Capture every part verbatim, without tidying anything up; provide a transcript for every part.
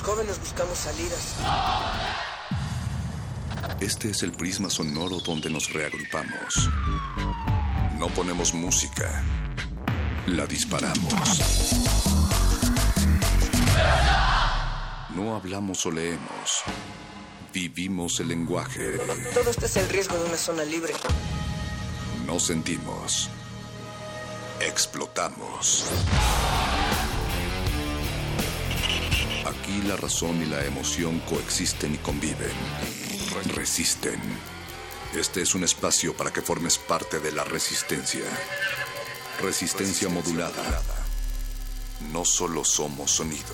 jóvenes buscamos salidas. Este es el prisma sonoro donde nos reagrupamos. No ponemos música, la disparamos. No hablamos o leemos, vivimos el lenguaje. Todo esto es el riesgo de una zona libre. No sentimos, explotamos. Aquí la razón y la emoción coexisten y conviven. Resisten. Este es un espacio para que formes parte de la resistencia. Resistencia modulada. No solo somos sonido.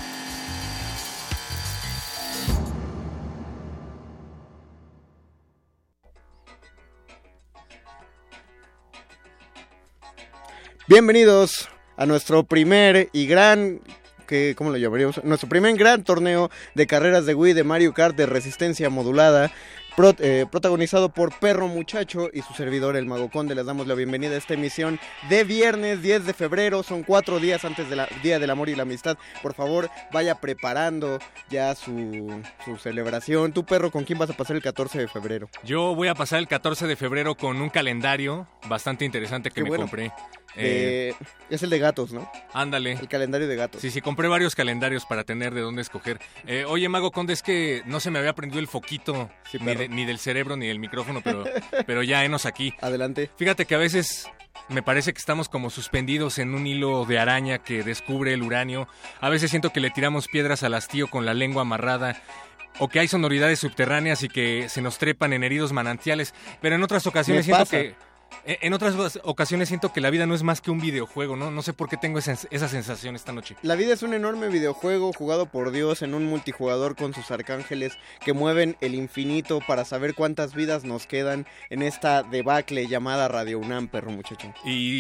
Bienvenidos a nuestro primer y gran... Que, ¿cómo lo llamaríamos? Nuestro primer gran torneo de carreras de Wii de Mario Kart de resistencia modulada, pro, eh, protagonizado por Perro Muchacho y su servidor el Mago Conde. Les damos la bienvenida a esta emisión de viernes diez de febrero, son cuatro días antes del Día del Amor y la Amistad. Por favor, vaya preparando ya su, su celebración. Tú, Perro, ¿con quién vas a pasar el catorce de febrero? Yo voy a pasar el catorce de febrero con un calendario bastante interesante que Qué me bueno. compré. Eh, es el de gatos, ¿no? Ándale. El calendario de gatos. Sí, sí, compré varios calendarios para tener de dónde escoger. Eh, oye, Mago Conde, es que no se me había prendido el foquito sí, ni, de, ni del cerebro ni del micrófono, pero, pero ya henos aquí. Adelante. Fíjate que a veces me parece que estamos como suspendidos en un hilo de araña que descubre el uranio. A veces siento que le tiramos piedras al hastío con la lengua amarrada. O que hay sonoridades subterráneas y que se nos trepan en heridos manantiales. Pero en otras ocasiones siento pasa. que... En otras ocasiones siento que la vida no es más que un videojuego, ¿no? No sé por qué tengo esa, esa sensación esta noche. La vida es un enorme videojuego jugado por Dios en un multijugador con sus arcángeles que mueven el infinito para saber cuántas vidas nos quedan en esta debacle llamada Radio UNAM, Perro Muchacho.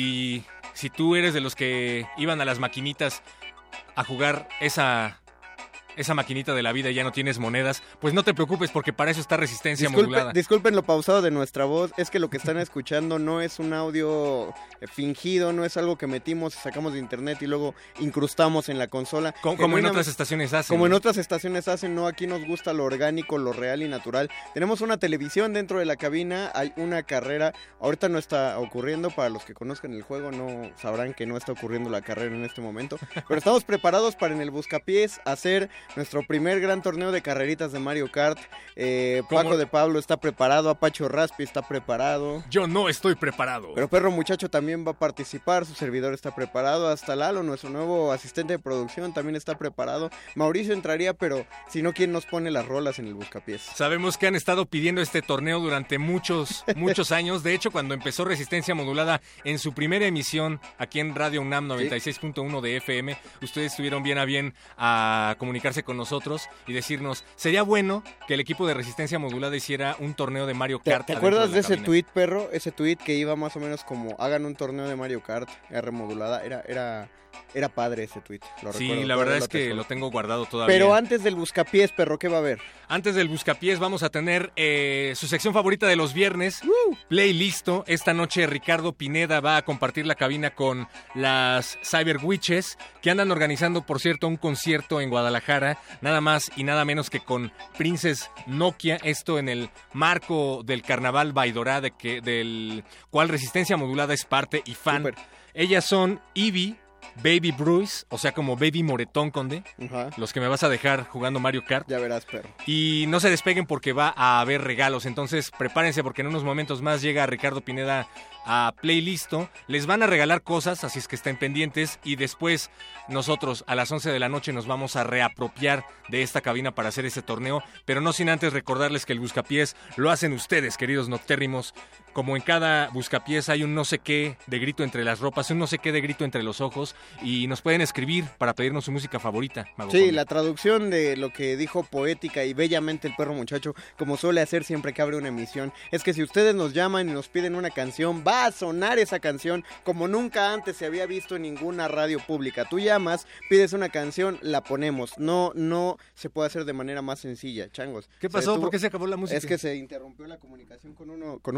Y si tú eres de los que iban a las maquinitas a jugar esa... esa maquinita de la vida y ya no tienes monedas, pues no te preocupes porque para eso está resistencia Disculpe, modulada. Disculpen lo pausado de nuestra voz, es que lo que están escuchando no es un audio fingido, no es algo que metimos y sacamos de internet y luego incrustamos en la consola. Como, como en otras estaciones hacen. Como en otras estaciones hacen, no, aquí nos gusta lo orgánico, lo real y natural. Tenemos una televisión dentro de la cabina, hay una carrera, ahorita no está ocurriendo, para los que conozcan el juego no sabrán que no está ocurriendo la carrera en este momento, pero estamos preparados para en el Buscapiés hacer nuestro primer gran torneo de carreritas de Mario Kart. eh, Paco de Pablo está preparado, Apacho Raspi está preparado. Yo no estoy preparado. Pero Perro Muchacho también va a participar, su servidor está preparado, hasta Lalo, nuestro nuevo asistente de producción, también está preparado. Mauricio entraría, pero si no, ¿quién nos pone las rolas en el Buscapiés? Sabemos que han estado pidiendo este torneo durante muchos, muchos años. De hecho, cuando empezó Resistencia Modulada en su primera emisión aquí en Radio UNAM noventa y seis punto uno de F M, ustedes estuvieron bien a bien a comunicarse con nosotros y decirnos, sería bueno que el equipo de Resistencia Modulada hiciera un torneo de Mario Kart. ¿Te, ¿te acuerdas de, de ese tweet, Perro? Ese tweet que iba más o menos como, hagan un torneo de Mario Kart R modulada, era... era... Era padre ese tweet, lo sí, recuerdo. La verdad es que tesoro. Lo tengo guardado todavía. Pero antes del Buscapiés, Perro, ¿qué va a haber? Antes del Buscapiés vamos a tener eh, su sección favorita de los viernes, uh. Playlisto. Esta noche Ricardo Pineda va a compartir la cabina con las Cyber Witches, que andan organizando, por cierto, un concierto en Guadalajara, nada más y nada menos que con Princess Nokia, esto en el marco del Carnaval Baidorá, de que, del cual Resistencia Modulada es parte y fan. Super. Ellas son Eevee, Baby Bruce, o sea, como Baby Moretón, Conde. Uh-huh. Los que me vas a dejar jugando Mario Kart. Ya verás, perro. Y no se despeguen porque va a haber regalos. Entonces, prepárense porque en unos momentos más llega Ricardo Pineda a Playlisto. Les van a regalar cosas, así es que estén pendientes. Y después, nosotros a las once de la noche nos vamos a reapropiar de esta cabina para hacer este torneo. Pero no sin antes recordarles que el Buscapiés lo hacen ustedes, queridos noctérrimos. Como en cada Buscapiés hay un no sé qué de grito entre las ropas, un no sé qué de grito entre los ojos. Y nos pueden escribir para pedirnos su música favorita, Mago Sí, Conde. La traducción de lo que dijo poética y bellamente el Perro Muchacho, como suele hacer siempre que abre una emisión, es que si ustedes nos llaman y nos piden una canción, va a sonar esa canción como nunca antes se había visto en ninguna radio pública. Tú llamas, pides una canción, la ponemos. No, no se puede hacer de manera más sencilla, changos. ¿Qué pasó? ¿Por qué se acabó la música? Es que se interrumpió la comunicación con uno, con uno de nuestros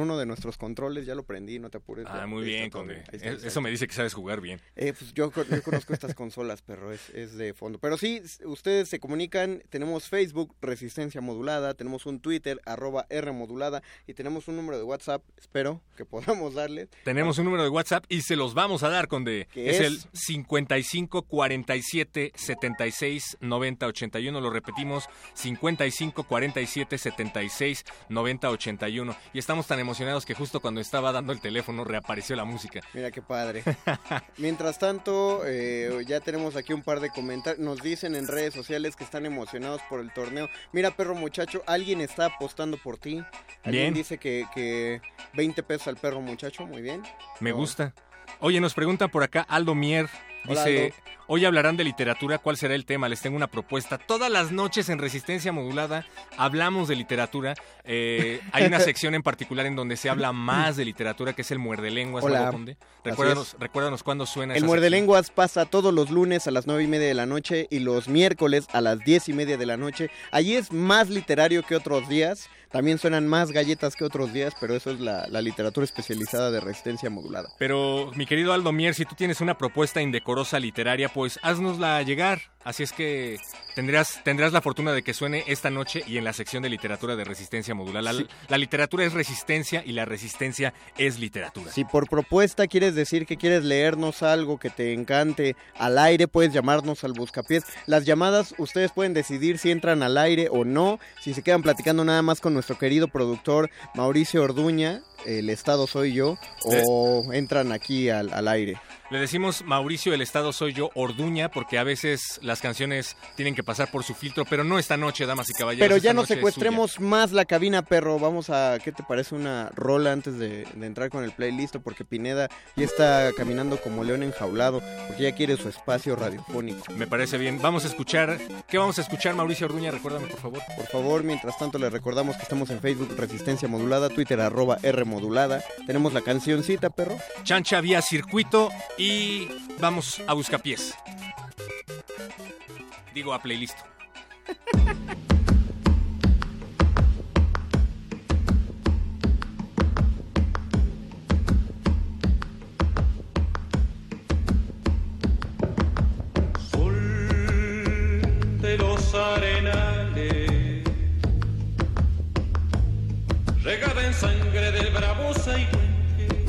nuestros controles, ya lo prendí, no te apures. Ah, ya, muy bien, todo, Conde. ahí está, ahí Es- está. Eso me dice que sabes jugar bien. Eh, pues yo, yo conozco estas consolas, perro, es, es de fondo. Pero sí, ustedes se comunican, tenemos Facebook, Resistencia Modulada, tenemos un Twitter, arroba R Modulada, y tenemos un número de WhatsApp, espero que podamos darles. Tenemos un número de WhatsApp y se los vamos a dar, Conde. ¿Qué Es es? el cincuenta y cinco cuarenta y siete setenta y seis noventa ochenta y uno. Lo repetimos, cincuenta y cinco cuarenta y siete setenta y seis noventa ochenta y uno. Y estamos tan emocionados que justo cuando estaba dando el teléfono reapareció la música. Mira qué padre. Mientras tanto, eh, ya tenemos aquí un par de comentarios. Nos dicen en redes sociales que están emocionados por el torneo. Mira, perro muchacho, alguien está apostando por ti. Alguien Bien. dice que, que veinte pesos al perro muchacho, muy bien. Me No. gusta. Oye, nos pregunta por acá Aldo Mier. Hola, Dice, Aldo. hoy hablarán de literatura, ¿cuál será el tema? Les tengo una propuesta. Todas las noches en Resistencia Modulada hablamos de literatura. Eh, hay una sección en particular en donde se habla más de literatura, que es el Muerde Lenguas. Hola. Mago Conde. Recuérdanos, recuérdanos cuándo suena El esa Muerde sección. Lenguas pasa todos los lunes a las nueve y media de la noche y los miércoles a las diez y media de la noche. Allí es más literario que otros días. También suenan más galletas que otros días, pero eso es la, la literatura especializada de Resistencia Modulada. Pero, mi querido Aldo Mier, si tú tienes una propuesta indecorosa literaria, pues haznosla llegar. Así es que tendrás, tendrás la fortuna de que suene esta noche y en la sección de literatura de Resistencia Modular. La, Sí. la literatura es resistencia y la resistencia es literatura. Si por propuesta quieres decir que quieres leernos algo que te encante al aire, puedes llamarnos al Buscapiés. Las llamadas, ustedes pueden decidir si entran al aire o no. Si se quedan platicando nada más con nuestro querido productor Mauricio Orduña, el Estado soy yo, o entran aquí al, al aire. Le decimos Mauricio, el Estado soy yo, Orduña, porque a veces las canciones tienen que pasar por su filtro, pero no esta noche, damas y caballeros. Pero esta ya no noche es secuestremos más la cabina, perro. Vamos a, ¿qué te parece una rola antes de, de entrar con el playlist? Porque Pineda ya está caminando como león enjaulado, porque ya quiere su espacio radiofónico. suya. Me parece bien. Vamos a escuchar. ¿Qué vamos a escuchar, Mauricio Orduña? Recuérdame, por favor. Por favor, mientras tanto les recordamos que estamos en Facebook Resistencia Modulada, Twitter arroba R Modulada. Tenemos la cancioncita, perro. Chancha vía circuito y vamos a Buscapiés. Digo, a playlist. Sol de los arenales, regada en sangre del bravo Saihuenque,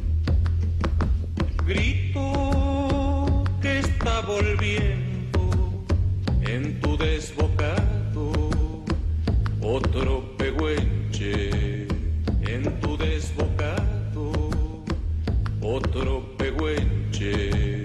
grito que está volviendo en tu desbocado, otro pehuenche, en tu desbocado, otro pehuenche.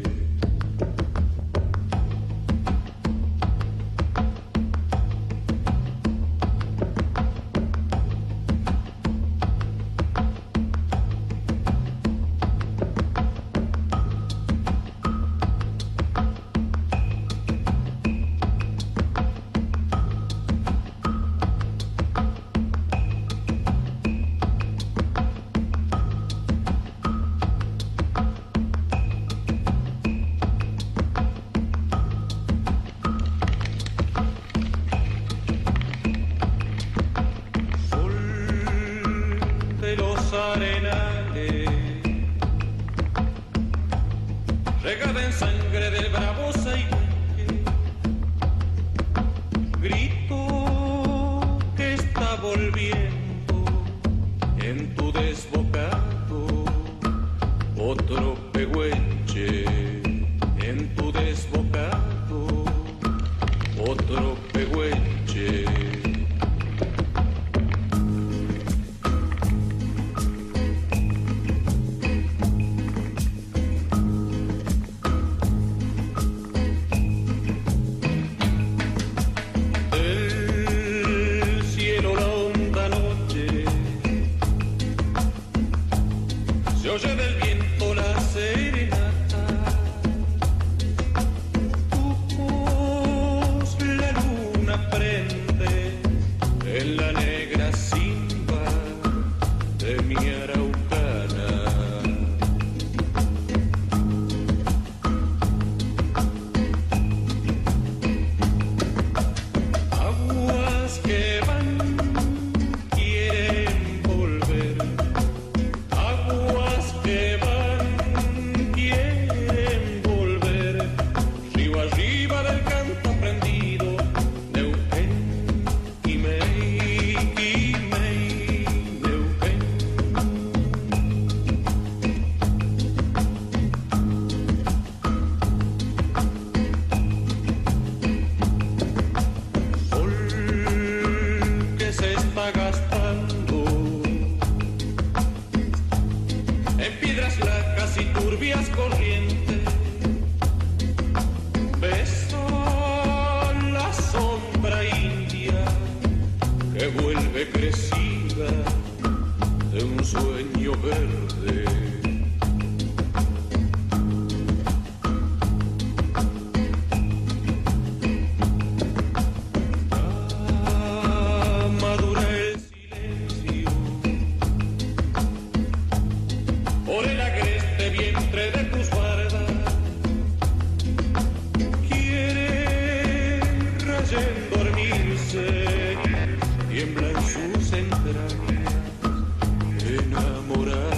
oyen dormirse, tiembla en sus entrañas, enamorada.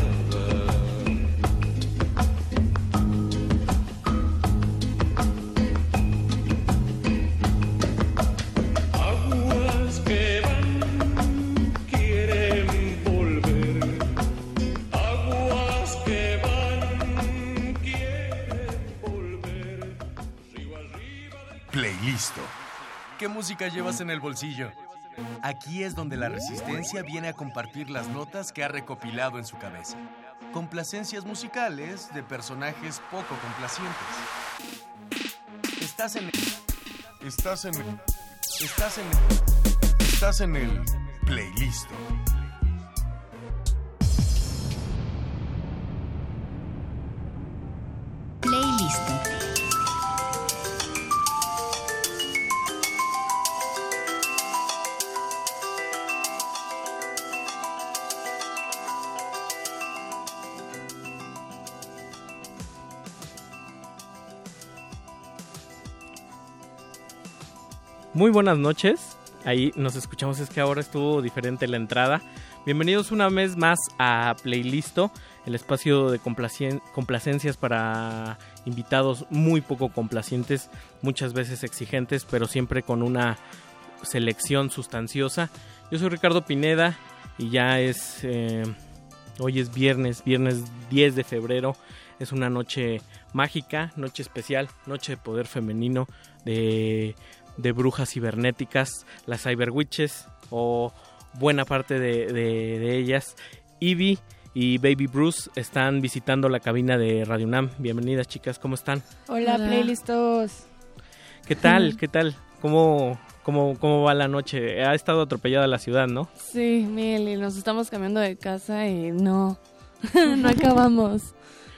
Aguas que van, quieren volver. Aguas que van, quieren volver. Río arriba del... Playlisto. ¿Qué música llevas en el bolsillo? Aquí es donde la Resistencia viene a compartir las notas que ha recopilado en su cabeza. Complacencias musicales de personajes poco complacientes. Estás en el... Estás en el... Estás en el... Estás en el Playlisto. Playlisto. Muy buenas noches, ahí nos escuchamos, es que ahora estuvo diferente la entrada. Bienvenidos una vez más a Playlisto, el espacio de complacien- complacencias para invitados muy poco complacientes, muchas veces exigentes, pero siempre con una selección sustanciosa. Yo soy Ricardo Pineda y ya es, eh, hoy es viernes, viernes diez de febrero, es una noche mágica, noche especial, noche de poder femenino, de... de brujas cibernéticas, las Cyber Witches, o buena parte de, de, de ellas. Ivy y Baby Bruce están visitando la cabina de Radio UNAM. Bienvenidas, chicas, ¿cómo están? Hola, Hola. Playlistos. ¿Qué tal? ¿Qué tal? ¿Cómo, cómo, ¿Cómo va la noche? Ha estado atropellada la ciudad, ¿no? Sí, Miguel, y nos estamos cambiando de casa y no, no acabamos.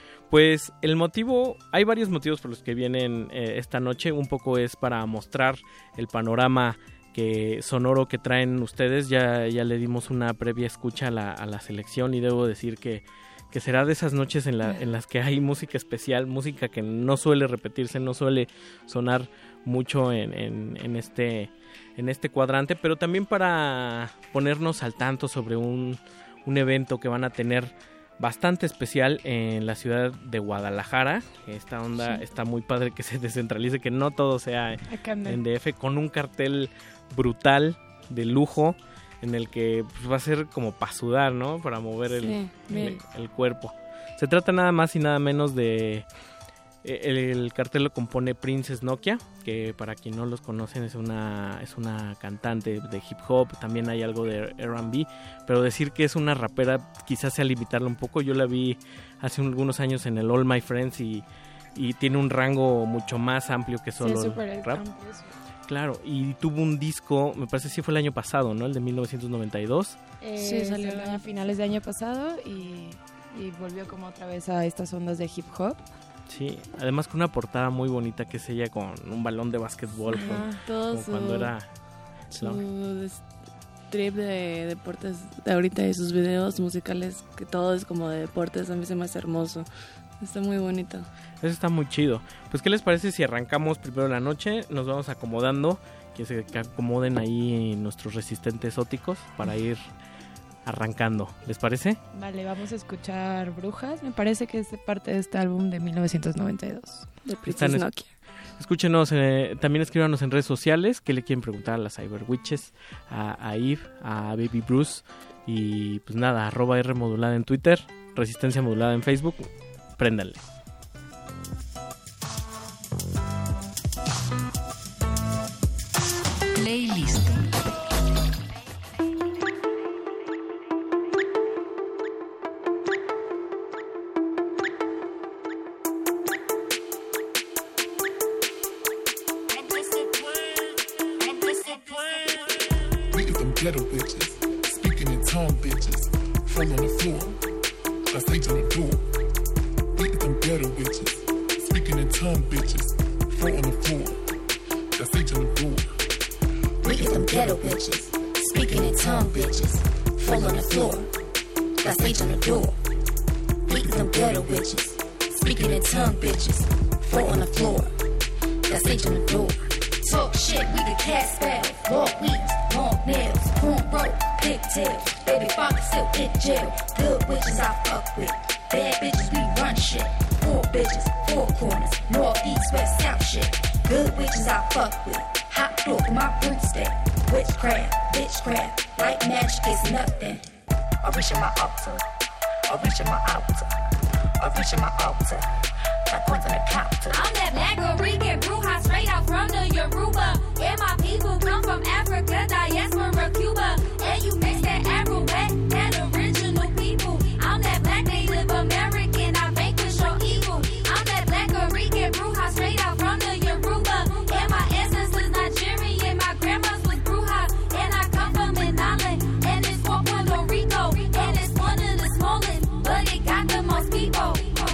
Pues el motivo, hay varios motivos por los que vienen eh, esta noche. Un poco es para mostrar el panorama que sonoro que traen ustedes. Ya, ya le dimos una previa escucha a la, a la selección y debo decir que, que será de esas noches en, la, en las que hay música especial, música que no suele repetirse, no suele sonar mucho en, en, en, este, en este cuadrante, pero también para ponernos al tanto sobre un, un evento que van a tener bastante especial en la ciudad de Guadalajara. Esta onda sí. Está muy padre que se descentralice, que no todo sea en D F, con un cartel brutal de lujo en el que pues, va a ser como para sudar, ¿no? Para mover el, sí, el, el cuerpo. Se trata nada más y nada menos de... El, el cartel lo compone Princess Nokia, que para quien no los conocen es una es una cantante de hip hop, también hay algo de R and B, pero decir que es una rapera quizás sea limitarla un poco. Yo la vi hace algunos años en el All My Friends y, y tiene un rango mucho más amplio que solo sí, el rap. Claro, y tuvo un disco, me parece que sí fue el año pasado, ¿no? El de mil novecientos noventa y dos. Eh, sí, salió a finales de año pasado y, y volvió como otra vez a estas ondas de hip hop. Sí, además con una portada muy bonita que es ella con un balón de básquetbol. Ajá, con, todo como su, cuando era su ¿no? trip de deportes de ahorita y sus videos musicales, que todo es como de deportes, a mí se me hace hermoso. Está muy bonito. Eso está muy chido. Pues, ¿qué les parece si arrancamos primero la noche? Nos vamos acomodando, que se que acomoden ahí nuestros resistentes óticos para ir arrancando, ¿les parece? Vale, vamos a escuchar Brujas, me parece que es parte de este álbum de mil novecientos noventa y dos, de Princess es- Nokia. Escúchenos, eh, también escríbanos en redes sociales qué le quieren preguntar a las Cyber Witches, a, a Eve, a Baby Bruce y pues nada, arroba R modulada en Twitter, Resistencia modulada en Facebook, préndanle. Playlist. Ghetto bitches, speaking in tongue bitches, fall on the floor, that's age on the door. Beat them ghetto bitches, speaking in tongue bitches, fall on the floor, that's age on the door. Beat them ghetto bitches, speaking in tongue bitches, fall on the floor, that's age on the door. Beat them ghetto bitches, speaking in tongue bitches, fall on the floor, that's age on the door. talk shit, we can cast battle. Long weeds, long nails, cornrow, pigtails. Baby father still in jail. Good witches I fuck with. Bad bitches, we run shit. Four bitches, four corners. North, east, west, south shit. Good witches I fuck with. Hot dog in my broomstick. Witchcraft, witchcraft. White magic is nothing. I reach in my altar. I reach in my altar. I reach in my altar. Got coins on the counter. I'm that black Rican bruja straight out from the Yoruba. And my people come from Africa, diaspora, Cuba. And you mix that Arawak, that original people. I'm that black Native American, I vanquish your evil. I'm that black Rican bruja straight out from the Yoruba. And my ancestors Nigerian, my grandma's was bruja. And I come from Manala, and it's for Puerto Rico. And it's one of the smallest, but it got the most people.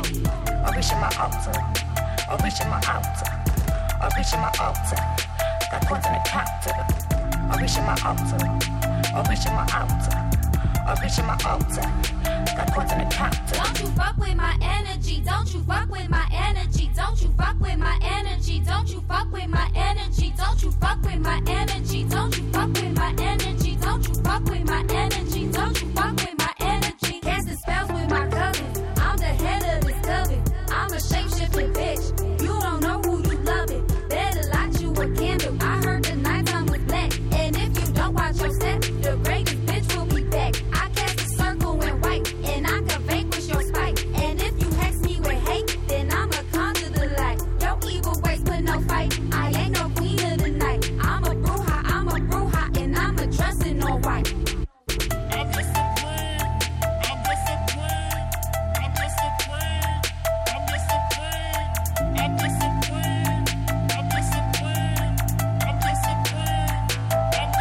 I reach in my altar. I reach in my altar. I reach in my altar. Got coins on the counter. I reach in my altar. I reach in my altar. I reach in my altar. Got coins on the counter. Don't you fuck with my energy. Don't you fuck with my energy. Don't you fuck with my energy. Don't you fuck with my energy. Don't you fuck with my energy. Don't you fuck with my energy. Don't you fuck with my energy. Don't you fuck with my energy. Casting spells with my cousins. I'm the head of this coven. I'm a shape-shifting bitch. You don't know who you love it. Better light you a candle. I heard the nighttime was black. And if you don't watch your step, the greatest bitch will be back. I cast a circle in white, and I can vanquish your spite. And if you hex me with hate, then I'm a conjure the light. Your evil ways put no fight. I ain't no queen of the night. I'm a bruja, I'm a bruja, and I'm a dressing all white. I'm disciplined. I'm disciplined. I'm disciplined. I'm disciplined. I'm disciplined. I'm disciplined. I'm disciplined. I'm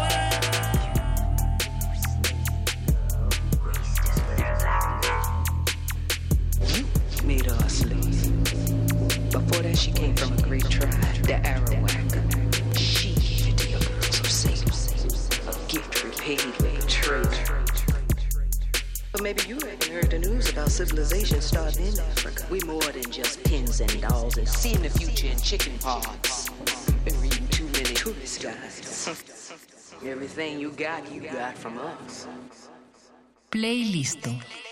You made her a slave. Before that, she came from a great tribe, the Arawak. She gave it to your girls of Salem. A gift repaid with betrayal. But maybe you haven't heard the news about civilization starting in Africa. We more than just pins and dolls and seeing the future in chicken pods. Been reading too many tourist guides. Everything you got, you got from us. Playlisto.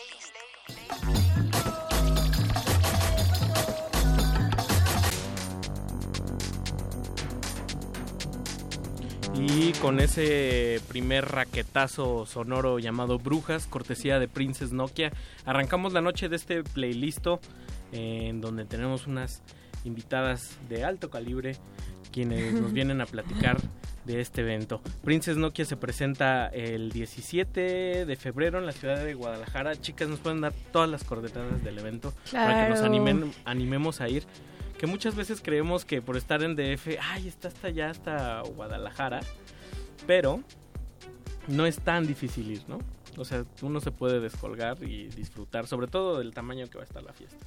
Y con ese primer raquetazo sonoro llamado Brujas, cortesía de Princess Nokia, arrancamos la noche de este playlisto eh, en donde tenemos unas invitadas de alto calibre quienes nos vienen a platicar de este evento. Princess Nokia se presenta el diecisiete de febrero en la ciudad de Guadalajara. Chicas, ¿nos pueden dar todas las coordenadas del evento? Claro. Para que nos animen, animemos a ir? Que muchas veces creemos que por estar en D F, ay, está hasta allá, hasta Guadalajara, pero no es tan difícil ir, ¿no? O sea, uno se puede descolgar y disfrutar, sobre todo del tamaño que va a estar la fiesta.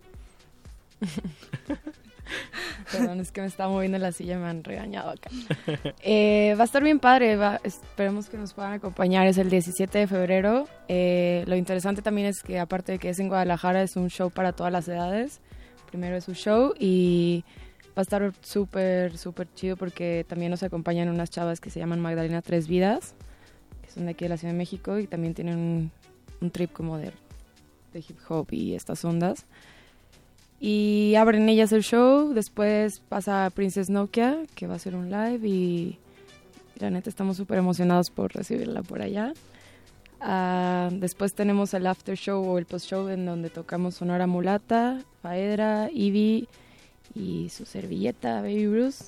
Perdón, es que me estaba moviendo la silla, me han regañado acá. Eh, va a estar bien padre, va, esperemos que nos puedan acompañar, es el diecisiete de febrero. Eh, lo interesante también es que aparte de que es en Guadalajara, es un show para todas las edades. Primero es su show y va a estar súper, súper chido porque también nos acompañan unas chavas que se llaman Magdalena Tres Vidas, que son de aquí de la Ciudad de México y también tienen un, un trip como de, de hip hop y estas ondas. Y abren ellas el show, después pasa Princess Nokia, que va a hacer un live y la neta estamos súper emocionados por recibirla por allá. Uh, después tenemos el after show o el post show en donde tocamos Sonora Mulata, Faedra, Ivy y su servilleta Baby Bruce.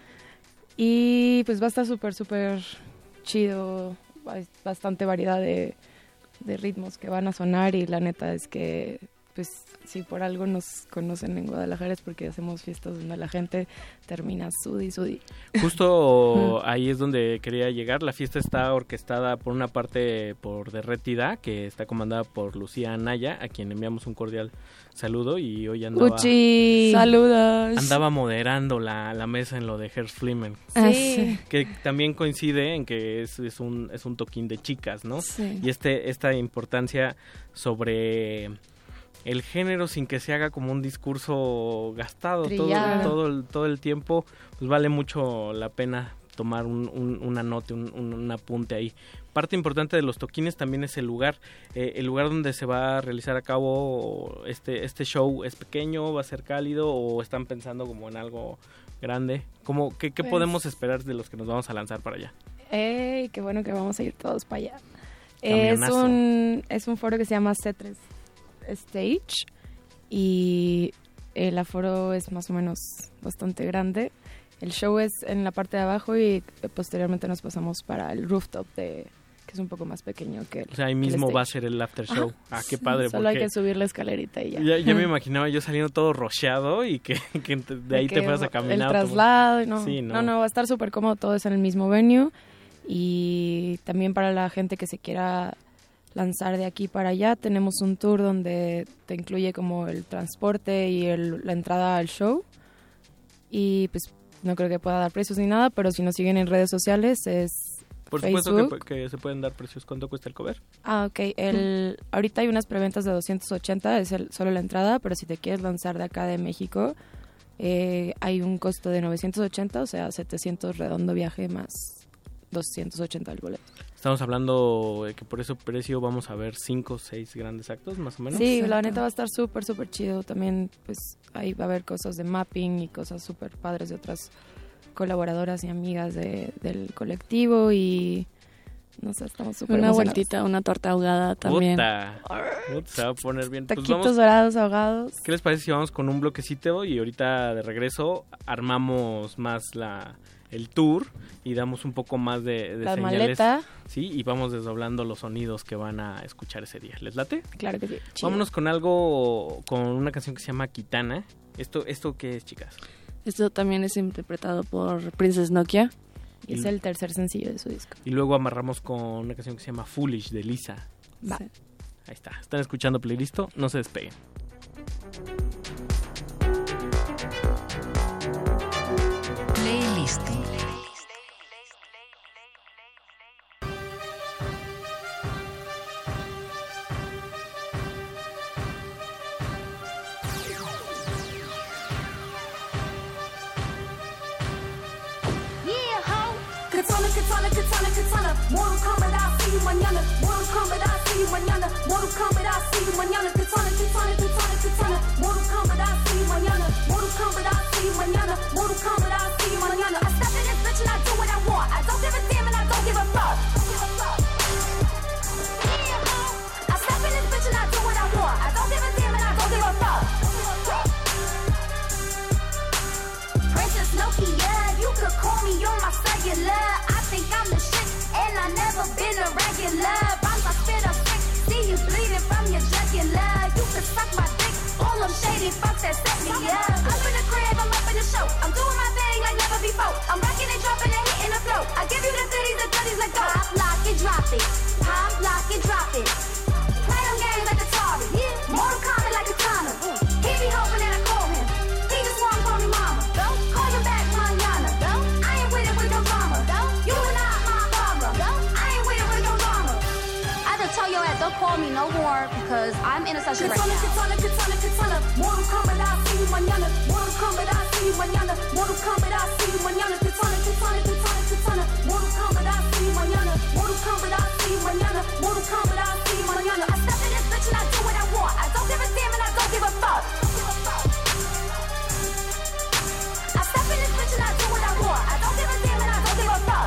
Y pues va a estar súper, súper chido, hay bastante variedad de, de ritmos que van a sonar y la neta es que pues si por algo nos conocen en Guadalajara es porque hacemos fiestas donde la gente termina sudi sudi. Justo ahí es donde quería llegar. La fiesta está orquestada por una parte por Derretida, que está comandada por Lucía Anaya, a quien enviamos un cordial saludo y hoy andaba Uchi, saludos. Andaba moderando la, la mesa en lo de Herz Flimmen. Sí. Que también coincide en que es, es un es un toquín de chicas, ¿no? Sí. Y este esta importancia sobre el género sin que se haga como un discurso gastado todo, todo, el, todo el tiempo, pues vale mucho la pena tomar un, un, una nota, un, un, un apunte ahí. Parte importante de los toquines también es el lugar, eh, el lugar donde se va a realizar a cabo este este show. ¿Es pequeño, va a ser cálido o están pensando como en algo grande? ¿Cómo, qué, qué pues, podemos esperar de los que nos vamos a lanzar para allá? ¡Ey! ¡Qué bueno que vamos a ir todos para allá! Es un, es un foro que se llama C tres Stage y el aforo es más o menos bastante grande. El show es en la parte de abajo y posteriormente nos pasamos para el rooftop, de que es un poco más pequeño que el O sea, ahí mismo va a ser el after show. Ah, qué padre. Solo hay que subir la escalerita y ya. Ya, ya me imaginaba yo saliendo todo rocheado y que, que de ahí que te fueras a caminar. El traslado, no, sí, no. no, no, va a estar súper cómodo, todo es en el mismo venue. Y también para la gente que se quiera lanzar de aquí para allá, tenemos un tour donde te incluye como el transporte y el, la entrada al show. Y pues no creo que pueda dar precios ni nada, pero si nos siguen en redes sociales es Por Facebook. supuesto que, que se pueden dar precios. ¿Cuánto cuesta el cover? Ah, ok. El, mm. Ahorita hay unas preventas de doscientos ochenta, es el, solo la entrada, pero si te quieres lanzar de acá de México, eh, hay un costo de novecientos ochenta, o sea, setecientos redondo viaje más doscientos ochenta el boleto. Estamos hablando de que por ese precio vamos a ver cinco o seis grandes actos, más o menos. Sí, Exacto. La neta va a estar súper, súper chido. También, pues, ahí va a haber cosas de mapping y cosas súper padres de otras colaboradoras y amigas de, del colectivo y... No sé, estamos súper Una vueltita, una torta ahogada también. Puta. Puta, se va a poner bien. Taquitos pues vamos, dorados ahogados. ¿Qué les parece si vamos con un bloquecito y ahorita de regreso armamos más la... el tour y damos un poco más de, de la señales, maleta. Sí, y vamos desdoblando los sonidos que van a escuchar ese día. ¿Les late? Claro que sí. Chido. Vámonos con algo, con una canción que se llama Kitana. ¿Esto, esto qué es, chicas? Esto también es interpretado por Princess Nokia. Y es el tercer sencillo de su disco. Y luego amarramos con una canción que se llama Foolish de Lisa. Va. Sí. Ahí está. Están escuchando Playlist, no se despeguen. Playlist. Katana, katana, katana, katana. Mortal Kombat, I'll see you mañana. Mortal Kombat, I'll see you mañana. Mortal Kombat, I'll see you mañana. Katana, katana, katana, katana. Mortal Kombat, I'll see you mañana. Mortal Kombat, I'll see you mañana. Mortal Kombat, I'll see you mañana. I step in this bitch and I do what I want. I don't give a damn and I don't give a fuck. I step in this bitch and I do what I want. I don't give a damn and I don't give a fuck. Princess Nokia, you could call me on my cellular. I think I'm the shit, and I never been a regular. Rhymes I spit up sick, see you bleeding from your jugular. You can suck my dick, all them shady fucks that set me up. Up in the crib, I'm up in the show. I'm doing my thing like never before. I'm rocking and dropping and hitting the flow. I give you the goodies, the goodies like go. Pop, lock and drop it. Pop, lock and drop it. Play them games like Atari. Mortal Kombat like Katana. He be hoping that I call him. He just want to call me mama. Don't call you back, mañana. I ain't with it with no drama. You are not my mama. I ain't with it with no drama. I just tell your ass, don't call me no more because I'm in a session right now. Katana, katana, katana. Mortal Kombat, I'll see you mañana. Mortal Kombat, I'll see you mañana. Mortal Kombat, I'll see you mañana. Katana, katana, katana, katana. Mortal Kombat, I'll see you mañana. Mortal Kombat, I'll see you mañana. Mortal Kombat, I'll see you mañana. I step in this bitch and I do what I want. I don't give a damn and I don't give a fuck. I step in this bitch and I do what I want. I don't give a damn and I don't give a fuck.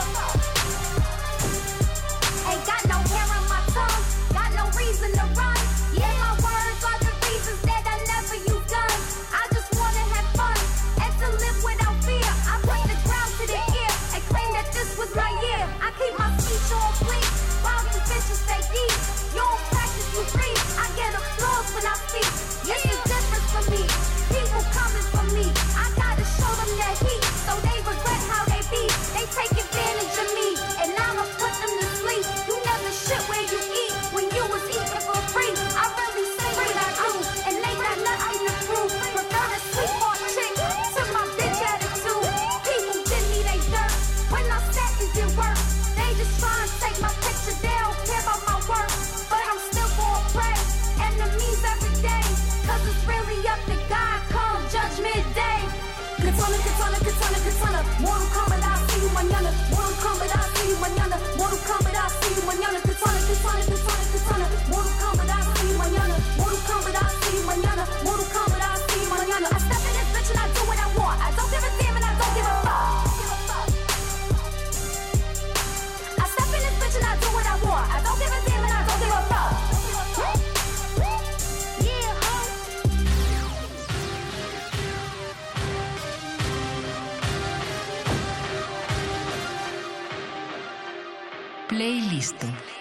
Ain't got no hair on my tongue, got no reason to run. Yeah, my words are the reasons that I never use guns. I just wanna have fun and to live without fear. I Playlist.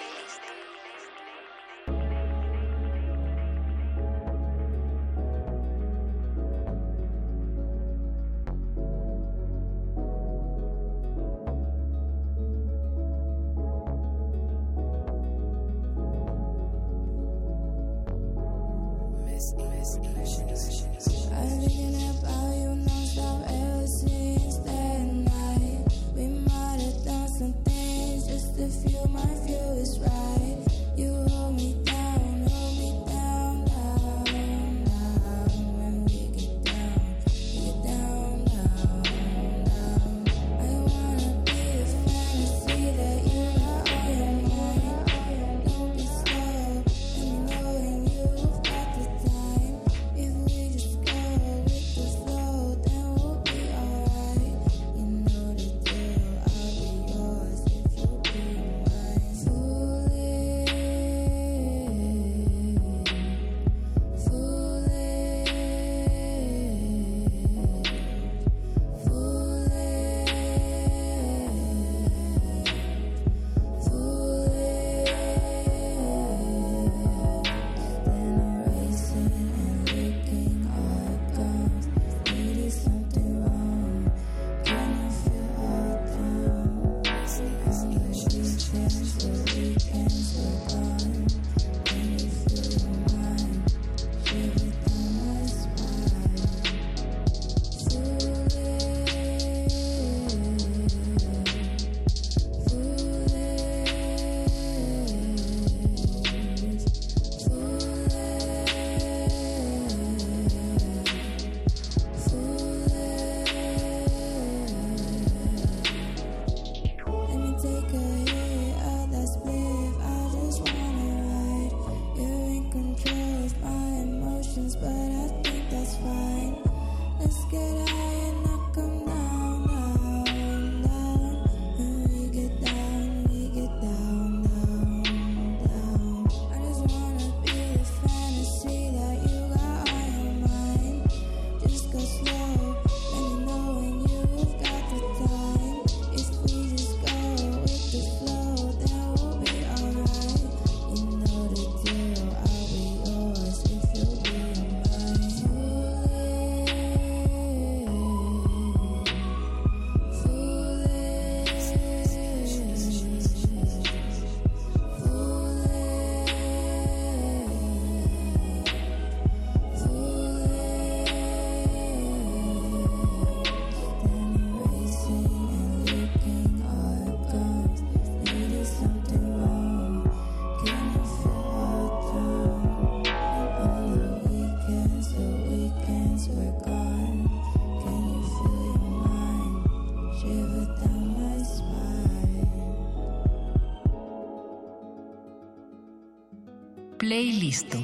Playlist.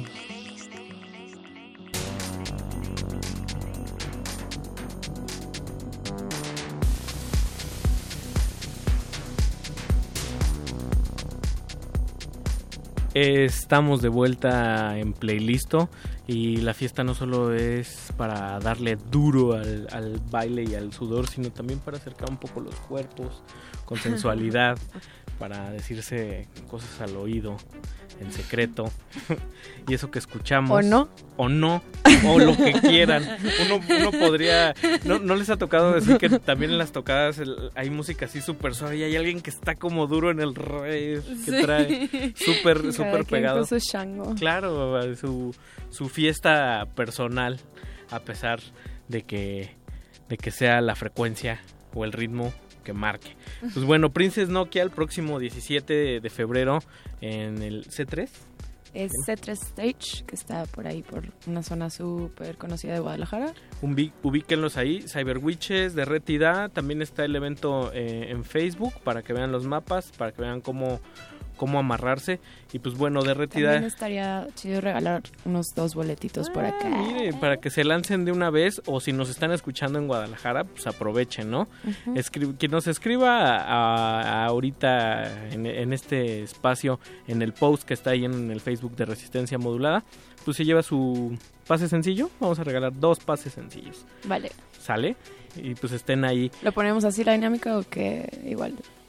Estamos de vuelta en Playlisto y la fiesta no solo es para darle duro al, al baile y al sudor, sino también para acercar un poco los cuerpos con sensualidad, para decirse cosas al oído en secreto y eso que escuchamos o no o no o lo que quieran. Uno, uno podría no, no les ha tocado decir que también en las tocadas el, hay música así súper suave y hay alguien que está como duro en el rave, que sí. trae súper súper pegado su shango. Claro, su, su fiesta personal, a pesar de que de que sea la frecuencia o el ritmo que marque. Pues bueno, Princess Nokia el próximo diecisiete de febrero en el C tres. Es C tres Stage, que está por ahí, por una zona súper conocida de Guadalajara. Ubí- ubíquenlos ahí, Cyber Witches, de Retida. También está el evento eh, en Facebook para que vean los mapas, para que vean cómo, cómo amarrarse. Y pues bueno, de Retida... También estaría chido regalar unos dos boletitos por acá. Mire, para que se lancen de una vez, o si nos están escuchando en Guadalajara, pues aprovechen, ¿no? Uh-huh. Escri- quien nos escriba a, a ahorita en, en este espacio, en el post que está ahí en el Facebook de Resistencia Modulada, pues se lleva su pase sencillo. Vamos a regalar dos pases sencillos. Vale. ¿Sale? Y pues estén ahí. ¿Lo ponemos así la dinámica o que igual?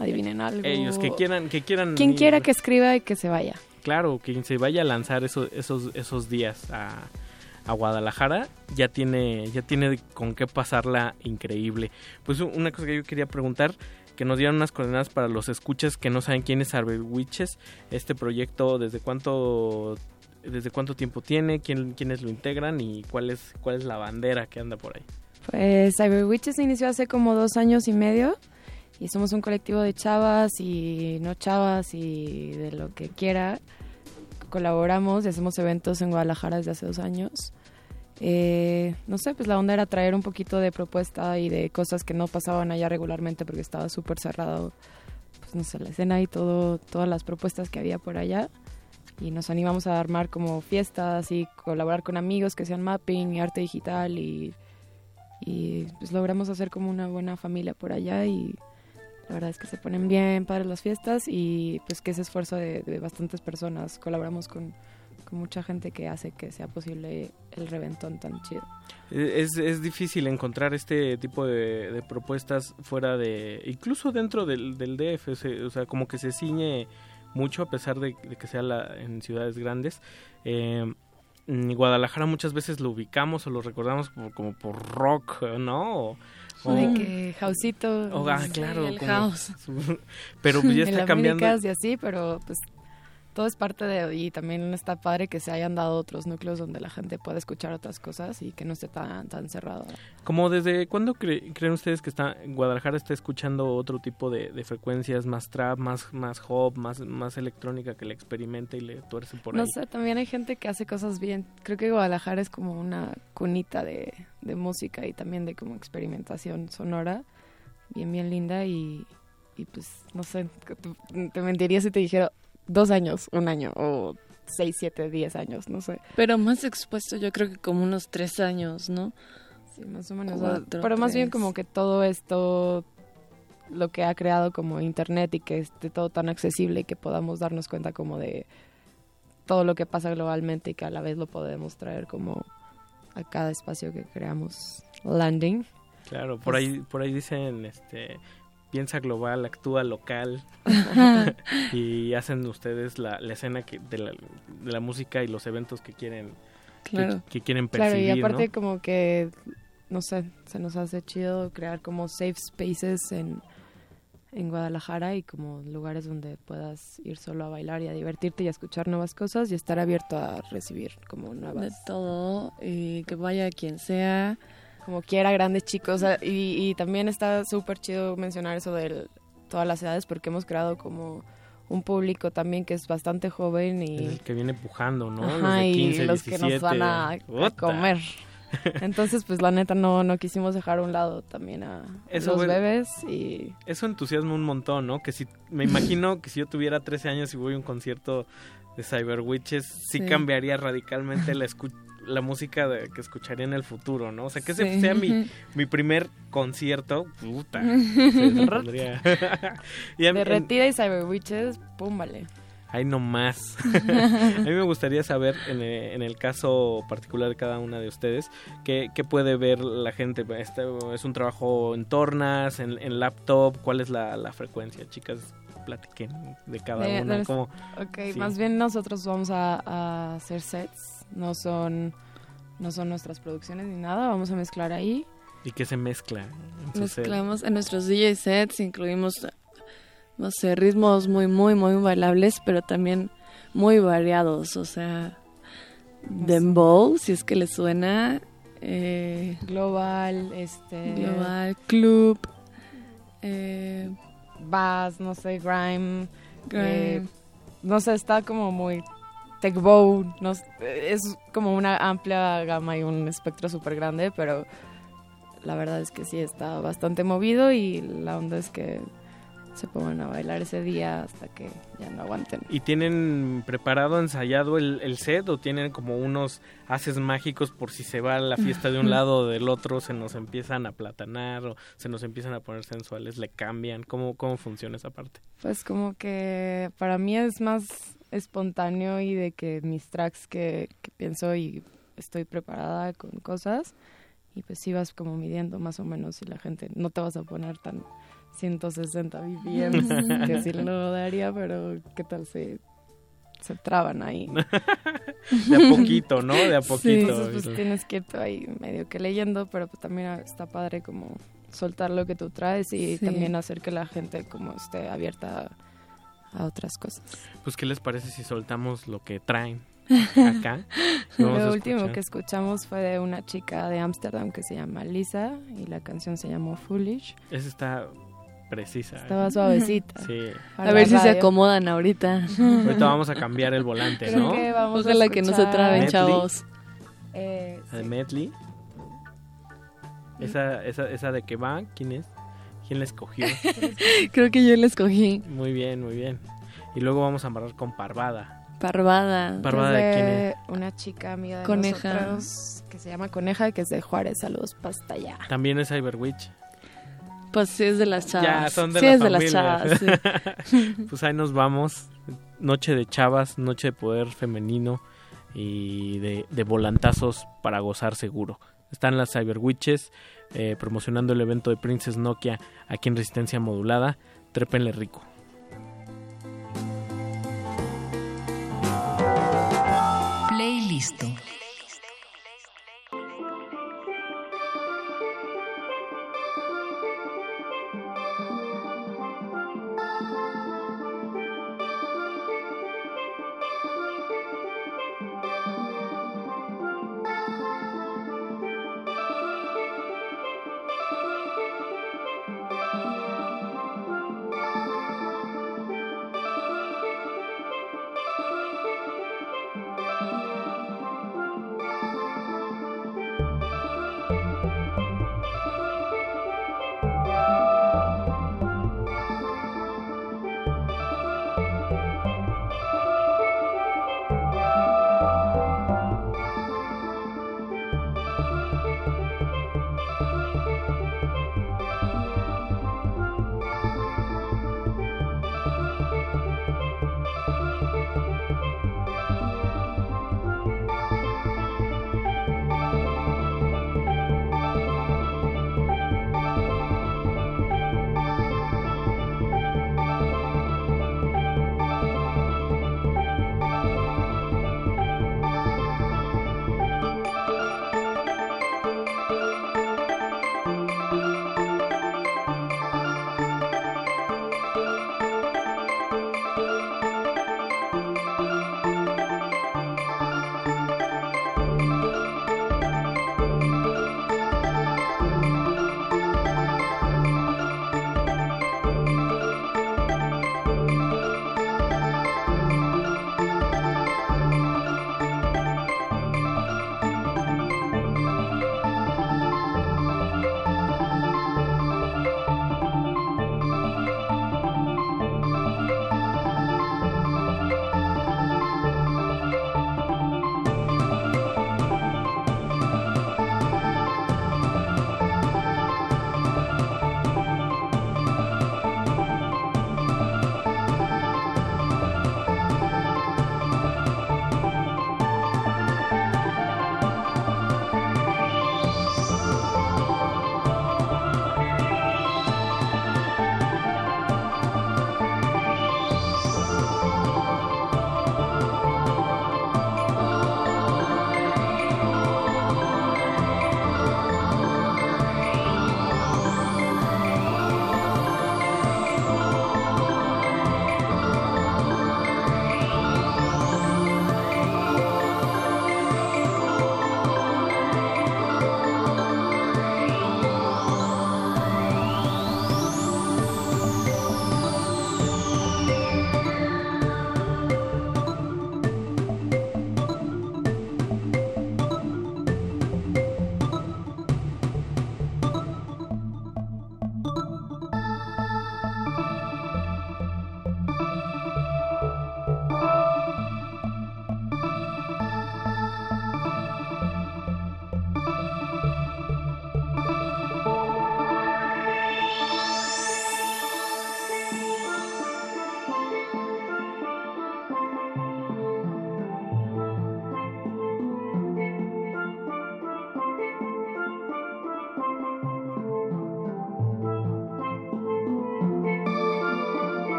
adivinen algo. Ellos que quieran, que quieran. Quien ir. quiera que escriba y que se vaya. Claro, quien se vaya a lanzar esos, esos, esos días a, a Guadalajara, ya tiene, ya tiene con qué pasarla increíble. Pues una cosa que yo quería preguntar, que nos dieran unas coordenadas para los escuchas que no saben quién es Cyber Witches, este proyecto, desde cuánto, desde cuánto tiempo tiene, quién, quiénes lo integran y cuál es, cuál es la bandera que anda por ahí. Pues Cyber Witches se inició hace como dos años y medio y somos un colectivo de chavas y no chavas y de lo que quiera. Colaboramos y hacemos eventos en Guadalajara desde hace dos años. Eh, no sé, pues la onda era traer un poquito de propuesta y de cosas que no pasaban allá regularmente porque estaba súper cerrado, pues no sé, la escena y todo, todas las propuestas que había por allá. Y nos animamos a armar como fiestas y colaborar con amigos que sean mapping y arte digital y... y pues logramos hacer como una buena familia por allá y la verdad es que se ponen bien padres las fiestas y pues que ese esfuerzo de, de bastantes personas, colaboramos con, con mucha gente que hace que sea posible el reventón tan chido. Es, es difícil encontrar este tipo de, de propuestas fuera de, incluso dentro del, del D F, o sea, como que se ciñe mucho a pesar de, de que sea la, en ciudades grandes. eh, En Guadalajara muchas veces lo ubicamos o lo recordamos por, como por rock, ¿no? O, o, de que Houseito. Oh, ah, claro. El como, house. Pero pues ya está cambiando. Y así, pero pues todo es parte de... Y también está padre que se hayan dado otros núcleos donde la gente pueda escuchar otras cosas y que no esté tan tan cerrado. Como desde cuándo cre- creen ustedes que está Guadalajara está escuchando otro tipo de, de frecuencias, más trap, más más hop, más más electrónica, que le experimente y le tuerce por ahí? No sé, también hay gente que hace cosas bien. Creo que Guadalajara es como una cunita de, de música y también de como experimentación sonora bien bien linda y, y pues no sé, te, te mentiría si te dijera dos años, un año o seis, siete, diez años, no sé. Pero más expuesto yo creo que como unos tres años, ¿no? Sí, más o menos. Cuatro, pero más tres. bien como que todo esto, lo que ha creado como internet y que esté todo tan accesible y que podamos darnos cuenta como de todo lo que pasa globalmente y que a la vez lo podemos traer como a cada espacio que creamos. Landing. Claro, por ahí por ahí dicen, este... piensa global, actúa local y hacen ustedes la, la escena que, de, la, de la música y los eventos que quieren claro. que, que quieren percibir, claro, y aparte ¿no? como que, no sé, se nos hace chido crear como safe spaces en, en Guadalajara y como lugares donde puedas ir solo a bailar y a divertirte y a escuchar nuevas cosas y estar abierto a recibir como nuevas. De todo, y que vaya quien sea. Como quiera, grandes chicos. Y, y también está súper chido mencionar eso de todas las edades porque hemos creado como un público también que es bastante joven y... El que viene pujando, ¿no? Ajá, los de quince, y los diecisiete. que nos van a, a comer. Entonces, pues la neta no, no quisimos dejar a un lado también a eso, los bueno, bebés y... Eso entusiasma un montón, ¿no? Que si me imagino que si yo tuviera trece años y voy a un concierto de Cyber Witches, sí, sí. cambiaría radicalmente la escucha. La música de, que escucharía en el futuro, ¿no? O sea, que ese sí. sea mi, mi primer concierto, puta. Se podría... y a, Derretida en... y Cyber Witches, pum, vale. Ay, no más. A mí me gustaría saber, en el, en el caso particular de cada una de ustedes, ¿qué, qué puede ver la gente? Este ¿Es un trabajo en tornas, en, en laptop? ¿Cuál es la, la frecuencia? Chicas, platiquen de cada de, una. De, ¿Cómo? Ok, sí. Más bien nosotros vamos a, a hacer sets. No son no son nuestras producciones ni nada, vamos a mezclar ahí. ¿Y qué se mezcla? En Mezclamos set? En nuestros D J sets, incluimos, no sé, ritmos muy, muy, muy bailables, pero también muy variados, o sea, no dembow, sé. Si es que le suena. Eh, global, este... Global, club, eh, bass, no sé, grime, grime. Eh, no sé, está como muy... Tech Bow, no, es como una amplia gama y un espectro súper grande, pero la verdad es que sí está bastante movido y la onda es que se pongan a bailar ese día hasta que ya no aguanten. ¿Y tienen preparado, ensayado el, el set o tienen como unos haces mágicos por si se va la fiesta de un lado o del otro, se nos empiezan a platanar o se nos empiezan a poner sensuales, le cambian? ¿Cómo, cómo funciona esa parte? Pues como que para mí es más... espontáneo y de que mis tracks que, que pienso y estoy preparada con cosas y pues sí vas como midiendo más o menos y la gente no te vas a poner tan ciento sesenta B P Ms, que sí lo daría, pero ¿qué tal si se traban ahí? De a poquito, ¿no? De a poquito. Sí, entonces pues tienes que ir tú ahí medio que leyendo, pero pues también está padre como soltar lo que tú traes y Sí. también hacer que la gente como esté abierta a, a otras cosas. Pues, ¿qué les parece si soltamos lo que traen acá? Vamos a Lo último escuchar. que escuchamos fue de una chica de Ámsterdam que se llama Lisa y la canción se llamó Foolish. Esa está precisa. Estaba ¿eh? suavecita. Sí. A ver si se acomodan ahorita. Ahorita vamos a cambiar el volante, Creo ¿no? que vamos a Ojalá que no se escuchar- traben, Medley. chavos. Eh, ¿La de Medley? Esa, esa, esa de que va, ¿quién es? ¿Quién la escogió? Creo que yo la escogí. Muy bien, muy bien. Y luego vamos a amarrar con Parvada. Parvada. ¿Parvada de quién de es? una chica amiga de Coneja. nosotros que se llama Coneja, que es de Juárez. Saludos, pasta allá. También es Cyberwitch. Pues sí es de las chavas. Ya, son de sí la es de las familia. chavas, sí. Pues ahí nos vamos. Noche de chavas, noche de poder femenino y de, de volantazos para gozar seguro. Están las Cyberwitches eh, promocionando el evento de Princess Nokia aquí en Resistencia Modulada. Trépenle rico. Playlisto. Thank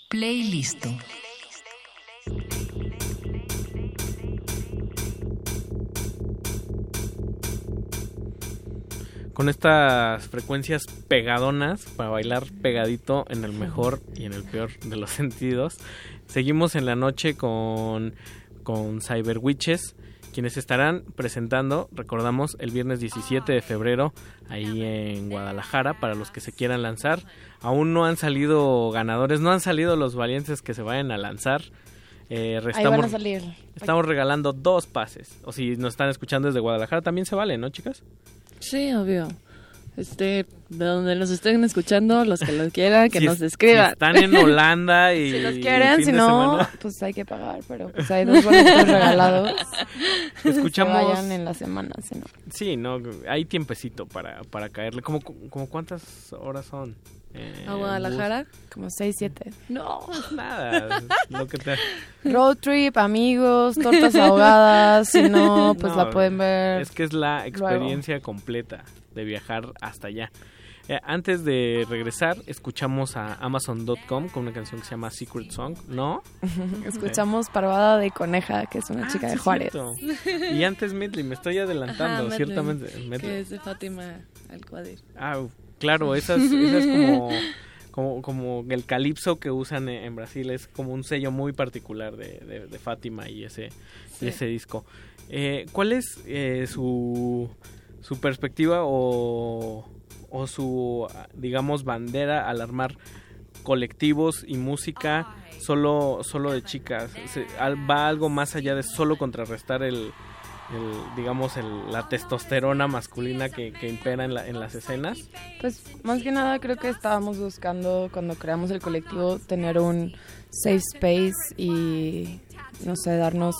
Playlist. Con estas frecuencias pegadonas para bailar pegadito en el mejor y en el peor de los sentidos. Seguimos en la noche con, con Cyber Witches, quienes estarán presentando, recordamos, el viernes diecisiete de febrero ahí en Guadalajara, para los que se quieran lanzar. Aún no han salido ganadores, no han salido los valientes que se vayan a lanzar. Eh, Ahí estamos, van a salir. Estamos regalando dos pases. O si nos están escuchando desde Guadalajara, también se vale, ¿no, chicas? Sí, obvio. Este, de donde nos estén escuchando, los que los quieran, que Si nos es- escriban. si están en Holanda y Si los el quieren, fin si de no, semana. pues hay que pagar, pero pues hay dos boletos regalados. Escuchamos- Que vayan en la semana, si no. Sí, no, hay tiempecito para, para caerle. ¿Cómo, cómo cuántas horas son? Eh, ¿A Guadalajara? Como seis, siete. No, Nada, lo que te... Road trip, amigos, tortas ahogadas, si no, pues No, la pueden ver. Es que es la luego. experiencia completa de viajar hasta allá. Eh, antes de regresar, escuchamos a Amazon punto com con una canción que se llama Secret Song, ¿no? Escuchamos Parvada de Coneja, que es una Ah, chica de sí, Juárez. cierto. Y antes Medley, me estoy adelantando, Ajá, ciertamente. Medley, Medley. que es de Fátima Alcuadir. Ah, claro, esa es, esa es como, como, como el calipso que usan en en Brasil, es como un sello muy particular de, de, de Fátima y ese, Sí. y ese disco. Eh, ¿Cuál es eh, su, su perspectiva o, o su, digamos, bandera al armar colectivos y música solo, solo de chicas? Se- al- ¿Va algo más allá de solo contrarrestar el... el, digamos, el, la testosterona masculina que, que impera en, la, en las escenas? Pues más que nada creo que estábamos buscando cuando creamos el colectivo tener un safe space y no sé, darnos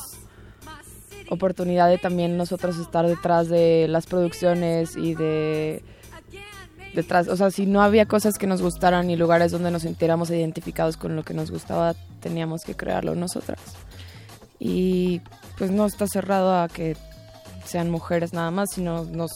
oportunidad de también nosotros estar detrás de las producciones y de detrás, o sea, si no había cosas que nos gustaran y lugares donde nos sintiéramos identificados con lo que nos gustaba, teníamos que crearlo nosotras. Y pues no está cerrado a que sean mujeres nada más, sino nos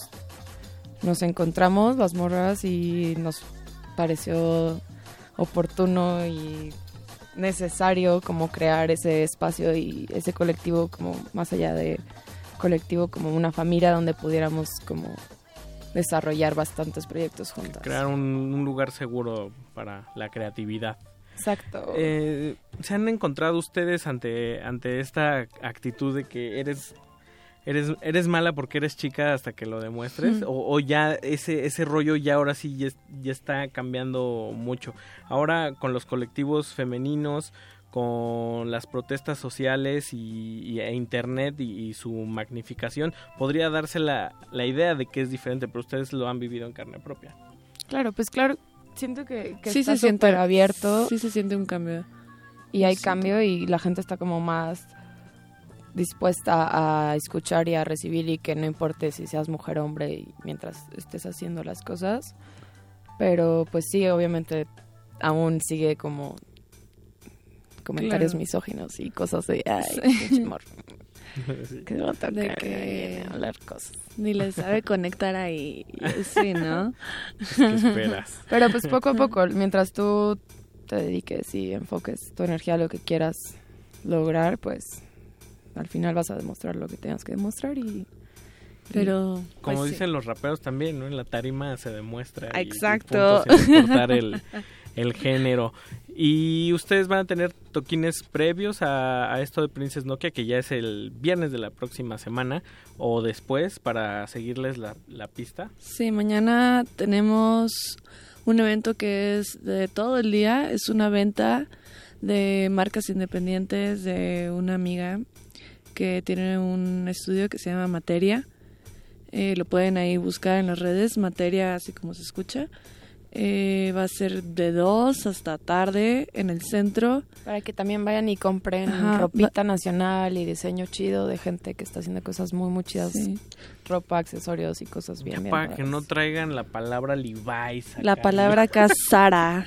nos encontramos las morras y nos pareció oportuno y necesario como crear ese espacio y ese colectivo como más allá de colectivo, como una familia donde pudiéramos como desarrollar bastantes proyectos juntas. Crear un, un lugar seguro para la creatividad. Exacto. Eh, ¿Se han encontrado ustedes ante, ante esta actitud de que eres... Eres, eres mala porque eres chica hasta que lo demuestres? o, o ya ese, ese rollo ya ahora sí ya, es- ya está cambiando mucho. Ahora con los colectivos femeninos, con las protestas sociales y, y- e internet y, y su magnificación, podría darse la, la idea de que es diferente, pero ustedes lo han vivido en carne propia. Claro, pues claro, siento que, que Sí está se siente súper abierto. Sí se siente un cambio. Y hay Sí. cambio y la gente está como más dispuesta a escuchar y a recibir y que no importe si seas mujer o hombre y mientras estés haciendo las cosas. Pero pues sí, obviamente aún sigue como comentarios Claro. misóginos y cosas de ay, Sí. pinche morro, que no toca, De que que viene a hablar cosas. ni le sabe conectar ahí. Sí, ¿no? ¿Qué esperas? Pero pues poco a poco, mientras tú te dediques y enfoques tu energía a lo que quieras lograr, pues al final vas a demostrar lo que tengas que demostrar y... Pero... Como pues, sí. dicen los raperos también, ¿no? En la tarima se demuestra. y- y Exacto. punto, sin importar el, el género. Y ustedes van a tener toquines previos a, a esto de Princess Nokia, que ya es el viernes de la próxima semana, o después, para seguirles la, la pista. Sí, mañana tenemos un evento que es de todo el día. Es una venta de marcas independientes de una amiga que tiene un estudio que se llama Materia. Eh, lo pueden ahí buscar en las redes, Materia, así como se escucha. Eh, va a ser de dos hasta tarde en el centro. Para que también vayan y compren Ajá, ropita nacional y diseño chido de gente que está haciendo cosas muy, muy chidas. Sí. Ropa, accesorios y cosas bien, bien Para que padres. no traigan la palabra Levi's. La acá, palabra acá, Sara.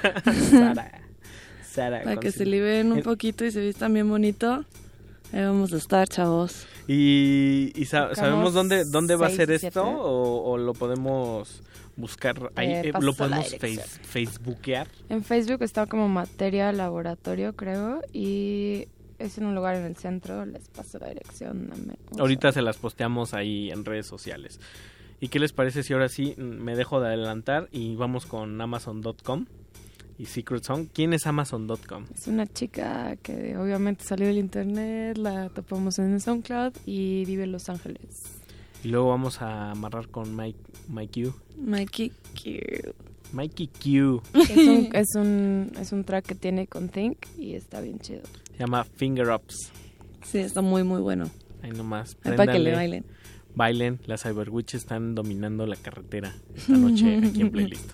Sara. Sara. Para con que su- se liberen un Eh, poquito y se vistan bien bonito. Ahí vamos a estar, chavos. Y, y sa- Sacamos ¿sabemos dónde, dónde va a seis, ser siete. esto? O, ¿O lo podemos buscar ahí, Eh, eh, paso lo la podemos dirección. face, facebookear. En Facebook está como Materia Laboratorio, creo, y es en un lugar en el centro. Les paso la dirección. No me- Ahorita se las posteamos ahí en redes sociales. ¿Y qué les parece si ahora sí me dejo de adelantar y vamos con amazon punto com y Secret Song? ¿Quién es amazon punto com? Es una chica que obviamente salió del internet, la topamos en SoundCloud y vive en Los Ángeles. Y luego vamos a amarrar con Mike, Mike Q. Mikey Q. Mikey Q. Es un, es, un, es un track que tiene con Think y está bien chido. Se llama Finger Ups. Sí, está muy, muy bueno. Ahí nomás. Ahí para que le préndanle. bailen. Bailen, las Cyberwitch están dominando la carretera esta noche aquí en Playlist.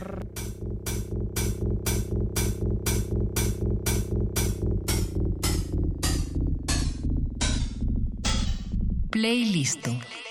Playlist.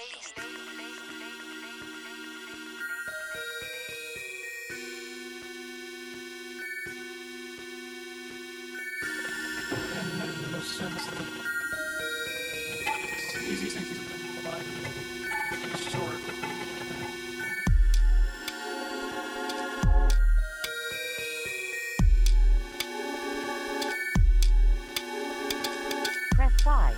Press five.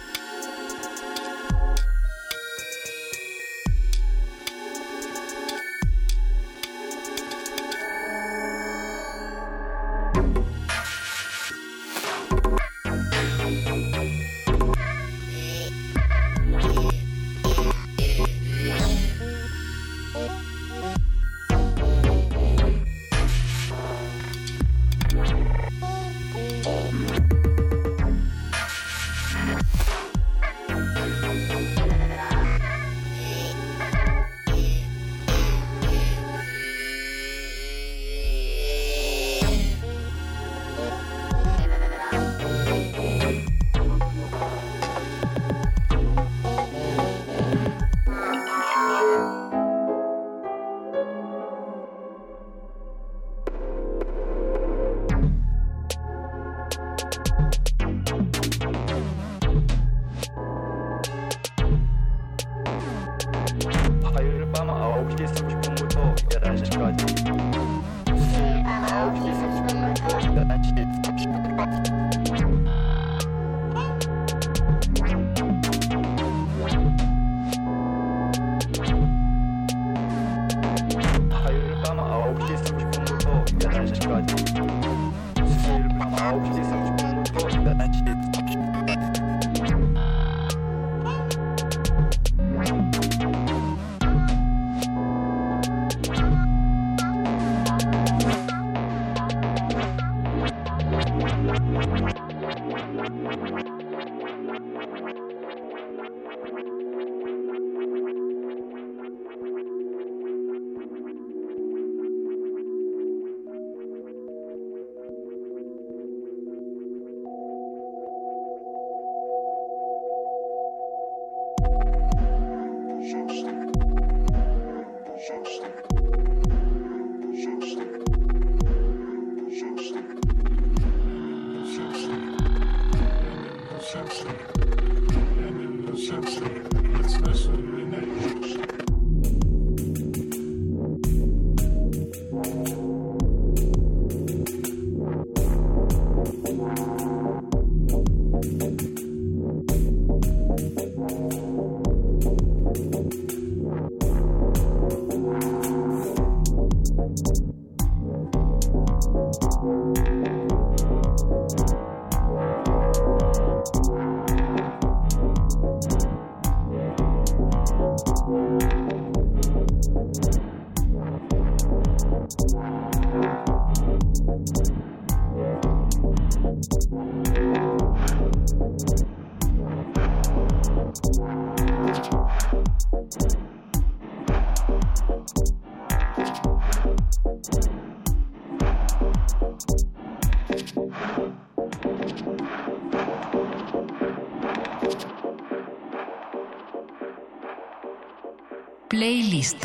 Playlist.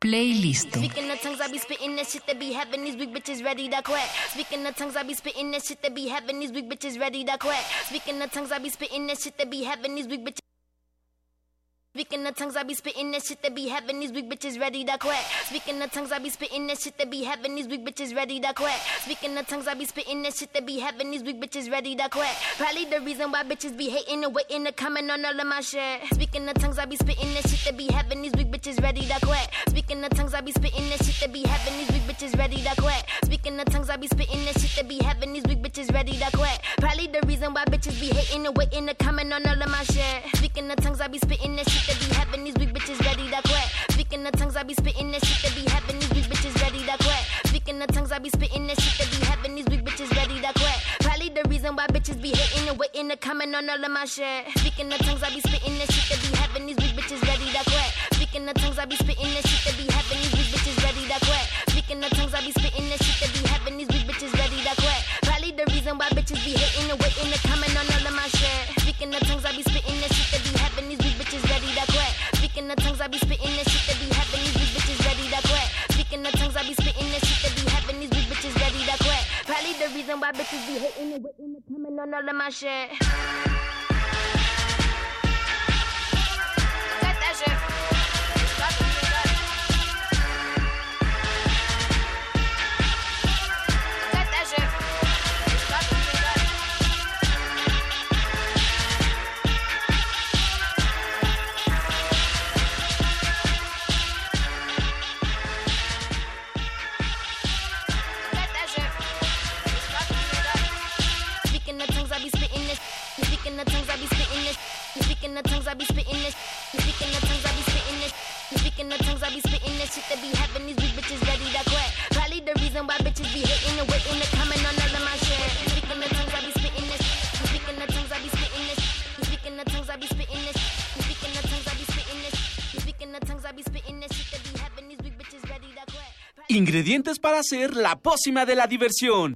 Playlist. Speaking of tongues, I be spitting that shit that be having these weak bitches ready to quit. Speaking of tongues, I be spitting that shit that be having these weak bitches ready to quit. Speaking of tongues, I be spitting that shit that be having these weak bitches. Speaking of tongues, I be spitting that shit that be having these weak bitches ready to quit. Speaking of tongues, I be spitting that shit that be having these weak bitches ready to quit. Speaking of tongues, I be spitting that shit that be having these weak bitches ready to quit. Probably the reason why bitches be hating and waiting to comment on all of my shit. Speaking of tongues, I be spitting that shit that be having these weak bitches ready to quit. Speaking of tongues, I be spitting that shit that be having these weak bitches ready to quit. Speaking of tongues, I be spitting that shit that be having these weak bitches ready to quit. Probably the reason why bitches be hating and waiting to comment on all of my shit. Speaking of tongues, I be spitting that shit that be having these weak bitches ready to quit. Speaking of tongues, I be spitting that shit that be having these weak bitches ready to quit. Speaking of tongues, I be spitting that shit that be having these weak bitches ready to quit. Probably the reason why bitches be hating and waiting to comment on all of my shit. Speaking of tongues, I be spitting that shit that be having these weak bitches ready to quit. Speaking of tongues, I be spitting that shit that be having these weak bitches ready to quit. Speaking of tongues, I be spitting that shit that be having these weak bitches ready to quit. Probably the reason why bitches be hating and waiting to comment on all of my shit. Speaking of tongues, I be spitting that shit that be having these weak bitches ready to quit. Speaking of tongues, I be spitting that shit that be having these weak bitches ready to quit. Speaking of tongues, I be spitting that shit that be having these weak bitches ready to quit. Probably the reason why bitches be hating and waiting to comment on all of my shit. Cut that shit. Cut that shit. Cut that shit. Cut that shit. Speaking of tongues, I be spitting this. Speaking of tongues, I be spitting this. Speaking of tongues, I be spitting this. Speaking of tongues, I be spitting this. Speaking of tongues, I be spitting this shit that be having these weak bitches ready to quit. Probably the reason why bitches be hating and waiting to comment on all of my shit. Speaking of tongues, I be spitting this. Speaking of tongues, I be spitting this. Speaking of tongues, I be spitting this. Speaking of tongues, I be spitting this. Speaking of tongues, I be spitting this shit that be having these weak bitches ready to quit. Ingredientes para hacer la pócima de la diversión.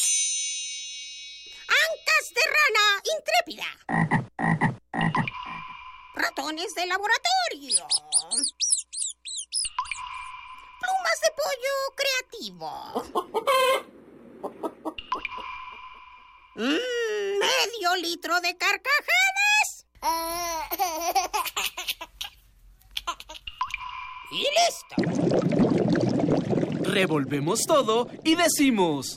Ancas de rana intrépida. Ratones de laboratorio. Plumas de pollo creativo. Mm, medio litro de carcajadas. Y listo. Revolvemos todo y decimos...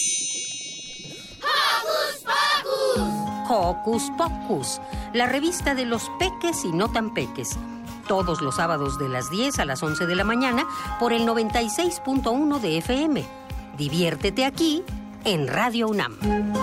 ¡Hocus Pocus! Hocus Pocus, la revista de los peques y no tan peques. Todos los sábados de las diez a las once de la mañana por el noventa y seis punto uno de F M. Diviértete aquí en Radio UNAM.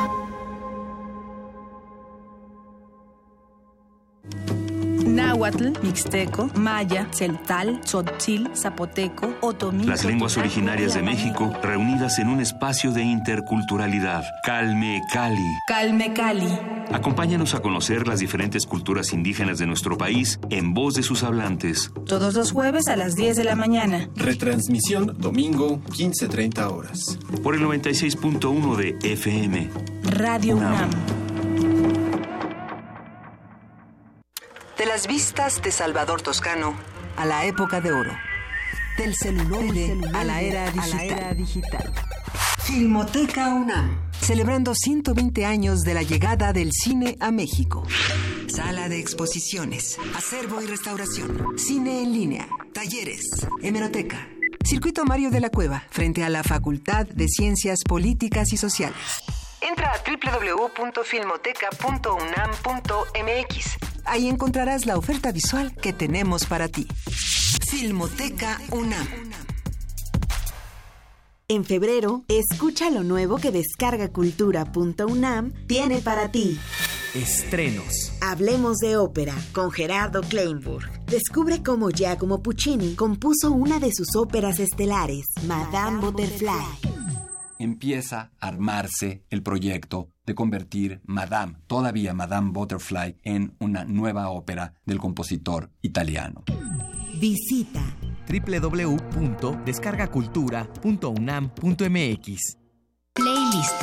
Náhuatl, mixteco, maya, celtal, tzotzil, zapoteco, otomí. Las lenguas originarias de México reunidas en un espacio de interculturalidad. Calme Cali. Calme Cali. Acompáñanos a conocer las diferentes culturas indígenas de nuestro país en voz de sus hablantes. Todos los jueves a las diez de la mañana. Retransmisión domingo, quince treinta horas. Por el noventa y seis punto uno de F M. Radio UNAM. De las vistas de Salvador Toscano a la época de oro. Del celuloide a la era digital. A la era digital. Filmoteca UNAM. Celebrando ciento veinte años de la llegada del cine a México. Sala de exposiciones, acervo y restauración, cine en línea, talleres, hemeroteca. Circuito Mario de la Cueva, frente a la Facultad de Ciencias Políticas y Sociales. Entra a doble u doble u doble u punto filmoteca punto unam punto m x. Ahí encontrarás la oferta visual que tenemos para ti. Filmoteca UNAM. En febrero, escucha lo nuevo que descarga cultura punto unam tiene para ti. Estrenos. Hablemos de ópera con Gerardo Kleinburg. Descubre cómo Giacomo Puccini compuso una de sus óperas estelares, Madame Butterfly. Empieza a armarse el proyecto de convertir Madame, todavía Madame Butterfly, en una nueva ópera del compositor italiano. Visita doble u doble u doble u punto descarga cultura punto unam punto m x. Playlist.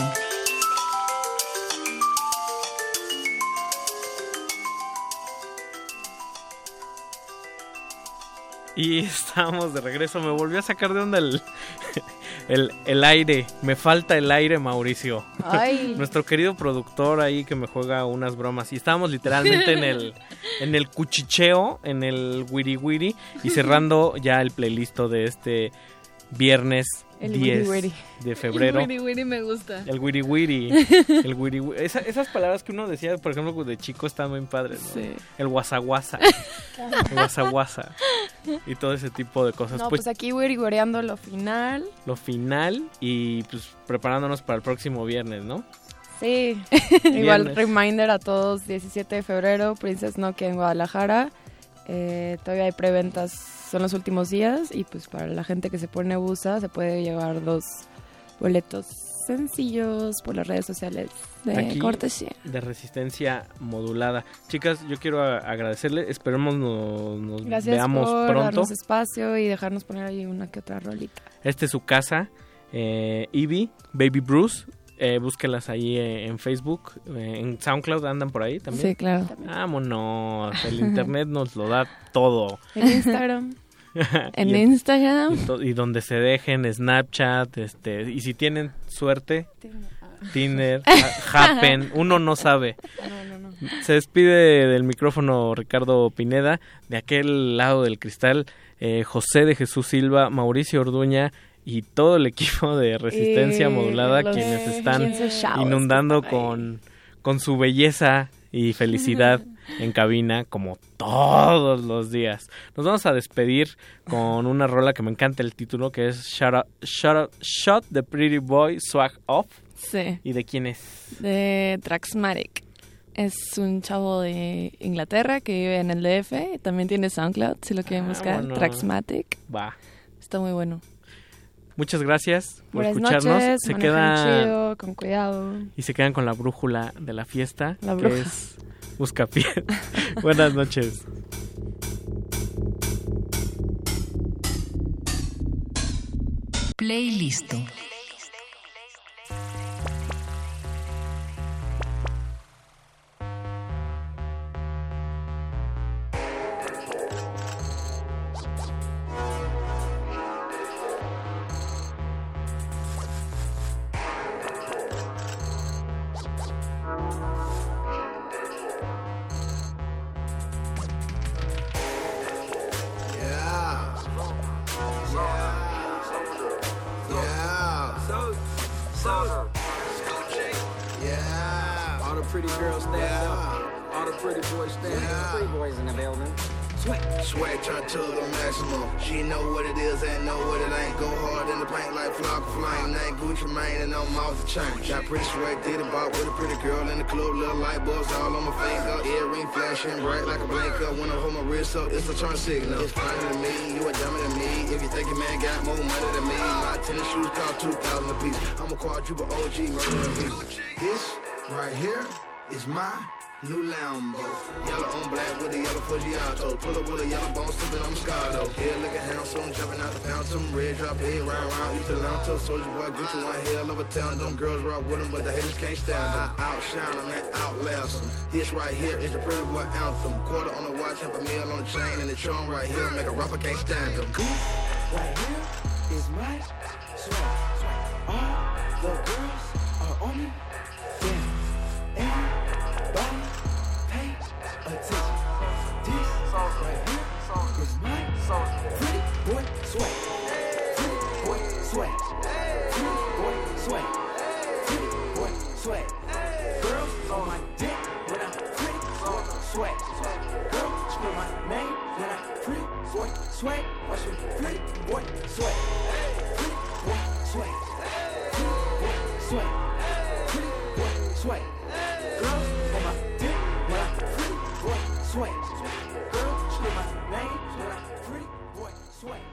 Y estamos de regreso. Me volvió a sacar de onda el, el, el aire. Me falta el aire, Mauricio. Ay. Nuestro querido productor ahí que me juega unas bromas. Y estábamos literalmente en el, en el cuchicheo, en el wiri wiri. Y cerrando ya el playlist de este viernes el diez wiri wiri. de febrero. El wiri wiri me gusta. El wiri wiri. El wiri wiri. Esa, esas palabras que uno decía, por ejemplo, de chico están muy padres, ¿no? Sí. El guasaguasa. El guasaguasa. Y todo ese tipo de cosas. No, pues, pues aquí wiri wiriando lo final. Lo final y pues preparándonos para el próximo viernes, ¿no? Sí. Igual reminder a todos, diecisiete de febrero, Princess Nokia en Guadalajara. Eh, todavía hay preventas, son los últimos días y pues para la gente que se pone busa se puede llevar dos boletos sencillos por las redes sociales de aquí, cortesía. De resistencia modulada. Chicas, yo quiero a- agradecerle, esperemos nos, nos Gracias veamos por pronto. darnos espacio y dejarnos poner ahí una que otra rolita. Esta es su casa, eh, Ivy, Baby Bruce. Eh, búsquelas ahí eh, en Facebook, eh, en SoundCloud andan por ahí también. Sí, claro. Vámonos, el internet nos lo da todo. En Instagram. En y Instagram. Y, to- y donde se dejen, Snapchat, este, y si tienen suerte, Tinder, ha- Happen, uno no sabe. No, no, no. Se despide del micrófono Ricardo Pineda, de aquel lado del cristal, eh, José de Jesús Silva, Mauricio Orduña y todo el equipo de Resistencia Y Modulada, los quienes están quince chavos inundando que están ahí. con, con su belleza y felicidad en cabina, como todos los días. Nos vamos a despedir con una rola que me encanta el título, que es Shut Up, Shut Up, Shut the Pretty Boy Swag Off. Sí. ¿Y de quién es? De Traxmatic. Es un chavo de Inglaterra que vive en el D F. También tiene SoundCloud, si lo quieren buscar. Vámonos. Traxmatic. Va. Está muy bueno. Muchas gracias por Buenas escucharnos. noches, se manejen quedan chido, con cuidado. y se quedan con la brújula de la fiesta, La que bruja. es Buscapié. Buenas noches. Playlist. Yeah. All the pretty girls stand up. All the pretty boys stand up. Pretty boys in the building. Sweat, sweat, try to the maximum. She know what it is and know what it ain't. Go hard in the paint like flock of flame. Name Gucci Mane and I'm off the chain. Got pretty sweat, did it bought with a pretty girl in the club. Little light bulbs all on my finger. Earring flashing bright like a blanket. When I hold my wrist up, it's a turn signal. It's finer than me, you a dumber than me. If you think a man got more money than me, my tennis shoes cost two thousand a piece. I'm a quadruple O G, murder me. This right here is my new Lambo. Yellow on black with a yellow Fujiato. Pull up with a yellow bone, sippin' on Moscato. Head looking handsome, jumping out the fountain. Red drop head, round round, used to Lanto. Soldier boy, Gucci, one hell of a town. Them girls rock with them, but the haters can't stand them. I outshine them and outlast them. This right here is the pretty boy anthem. Quarter on the watch, half a meal on the chain. And the charm right here, make a rapper can't stand them. Right here is my swag. All the girls are on me. Yeah, everybody pay attention. This right here is my pretty boy swag. Pretty boy swag. Pretty boy swag. Pretty boy swag. Girls on my dick when I'm pretty boy swag. Girls scream my name when I'm pretty boy swag. Watch me pretty boy swag. Pretty boy swag. Pretty boy swag. Pretty boy swag. Girls on my dick when I'm pretty boy swag. Girls scream my name when I'm pretty boy swag.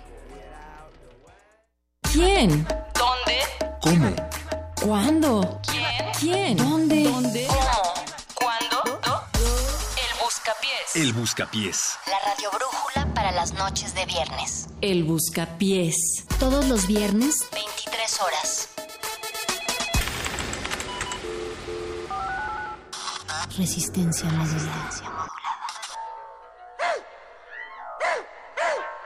¿Quién? ¿Dónde? ¿Cómo? ¿Cuándo? ¿Quién? ¿Quién? ¿Dónde? ¿Dónde? ¿Cómo? ¿Cuándo? El Buscapiés. El Buscapiés. La radio brújula para las noches de viernes. El Buscapiés. Todos los viernes, veintitrés horas. Resistencia modulada.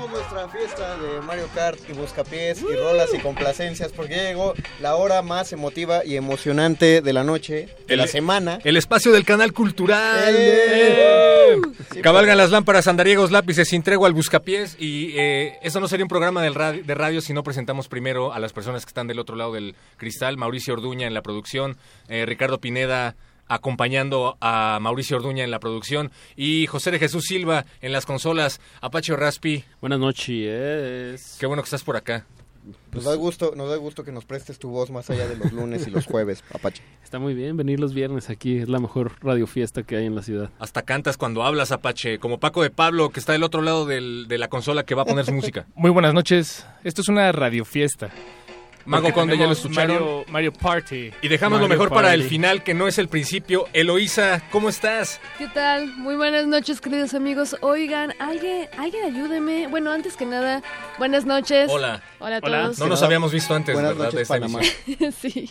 Empezamos nuestra fiesta de Mario Kart y buscapiés y rolas y complacencias porque ya llegó la hora más emotiva y emocionante de la noche, de el, la semana. El espacio del canal cultural. ¡Eh! Sí, Cabalgan pues. Las lámparas, andariegos, lápices, sin tregua al buscapiés. Y eh, eso no sería un programa de radio, de radio si no presentamos primero a las personas que están del otro lado del cristal. Mauricio Orduña en la producción, eh, Ricardo Pineda acompañando a Mauricio Orduña en la producción y José de Jesús Silva en las consolas. Apache Raspi. Buenas noches. Qué bueno que estás por acá. Nos da gusto, nos da gusto que nos prestes tu voz más allá de los lunes y los jueves, Apache. Está muy bien venir los viernes aquí, es la mejor radiofiesta que hay en la ciudad. Hasta cantas cuando hablas, Apache, como Paco de Pablo, que está del otro lado del, de la consola que va a poner su música. Muy buenas noches, esto es una radiofiesta. Mago Conde, ya lo escucharon. Mario, Mario Party. Y dejamos Mario lo mejor Party. para el final, que no es el principio. Eloísa, ¿cómo estás? ¿Qué tal? Muy buenas noches, queridos amigos. Oigan, alguien, alguien ayúdeme. Bueno, antes que nada, buenas noches. Hola. Hola a Hola. todos. No nos habíamos visto antes, buenas ¿verdad? Noches, de esta Panamá. Sí.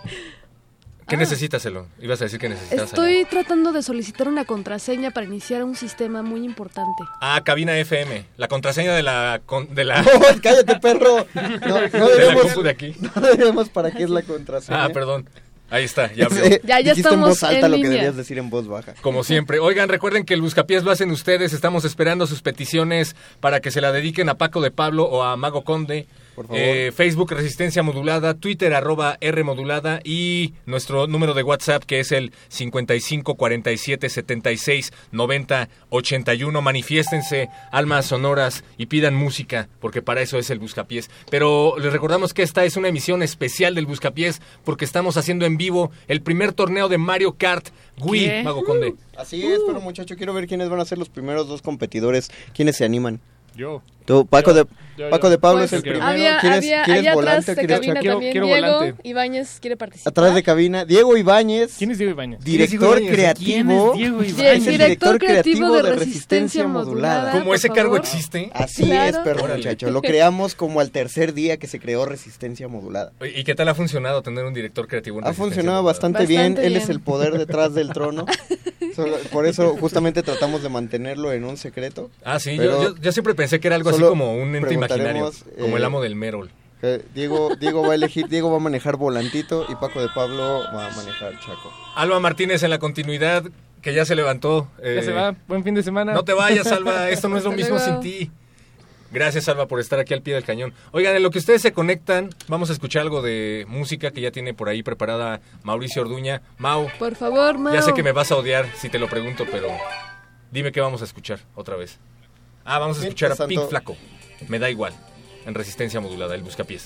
¿Qué Ah. necesitas, Elo? Ibas a decir que necesitas. Estoy allá. tratando de solicitar una contraseña para iniciar un sistema muy importante. Ah, cabina F M. La contraseña de la... Con, de la... No, cállate, perro. No, no de la debemos, compu de aquí. no debemos para qué es la contraseña. Ah, perdón. Ahí está, ya habló. Sí, Ya, ya dijiste estamos en voz alta en lo línea. que debías decir en voz baja. Como siempre. Oigan, recuerden que el Buscapiés lo hacen ustedes. Estamos esperando sus peticiones para que se la dediquen a Paco de Pablo o a Mago Conde. Por favor. Eh, Facebook Resistencia Modulada, Twitter arroba R Modulada y nuestro número de WhatsApp que es el cincuenta y cinco cuarenta y siete setenta y seis noventa ochenta y uno. Manifiéstense, almas sonoras, y pidan música, porque para eso es el Buscapiés. Pero les recordamos que esta es una emisión especial del Buscapiés porque estamos haciendo en vivo el primer torneo de Mario Kart Wii, ¿Qué? Mago Conde. Así es, pero muchacho, quiero ver quiénes van a ser los primeros dos competidores, quiénes se animan. Yo. Tú, Paco Yo, de yo, Paco yo. de Pablo Pues, es el quiero. primero. Había, ¿Quieres, había, ¿quieres allá volante atrás o de quieres cabina quiero- también quiero Diego volante. Ibáñez quiere participar. atrás de cabina? Diego Ibáñez, ¿Quién es Diego Ibáñez? director ¿Quién es creativo. Diego Sí, Ibáñez? Es el director creativo de Resistencia Modulada. ¿Cómo por ese cargo favor. existe? Así Claro. es, perro Órale. muchacho. Lo creamos como al tercer día que se creó Resistencia Modulada. ¿Y qué tal ha funcionado tener un director creativo en Ha Resistencia funcionado Modulada? bastante, Bastante bien. Él bien. es el poder detrás del trono. Solo- por eso justamente tratamos de mantenerlo en un secreto. Ah, sí, Pero yo, yo, yo siempre pensé que era algo así solo como un ente imaginario, preguntaremos, como eh, el amo del Merol. Eh, Diego, Diego va a elegir, Diego va a manejar volantito y Paco de Pablo va a manejar Chaco. Alba Martínez en la continuidad, que ya se levantó. eh, Ya se va, buen fin de semana. No te vayas, Alba, esto no es lo Hasta mismo luego. sin ti. Gracias, Alba, por estar aquí al pie del cañón. Oigan, en lo que ustedes se conectan, vamos a escuchar algo de música que ya tiene por ahí preparada Mauricio Orduña. Mau, Por favor, Mau. ya sé que me vas a odiar si te lo pregunto, pero dime qué vamos a escuchar otra vez. Ah, vamos a escuchar a Mientras Pink tanto- Flaco. Me da igual. En Resistencia Modulada, el Buscapiés.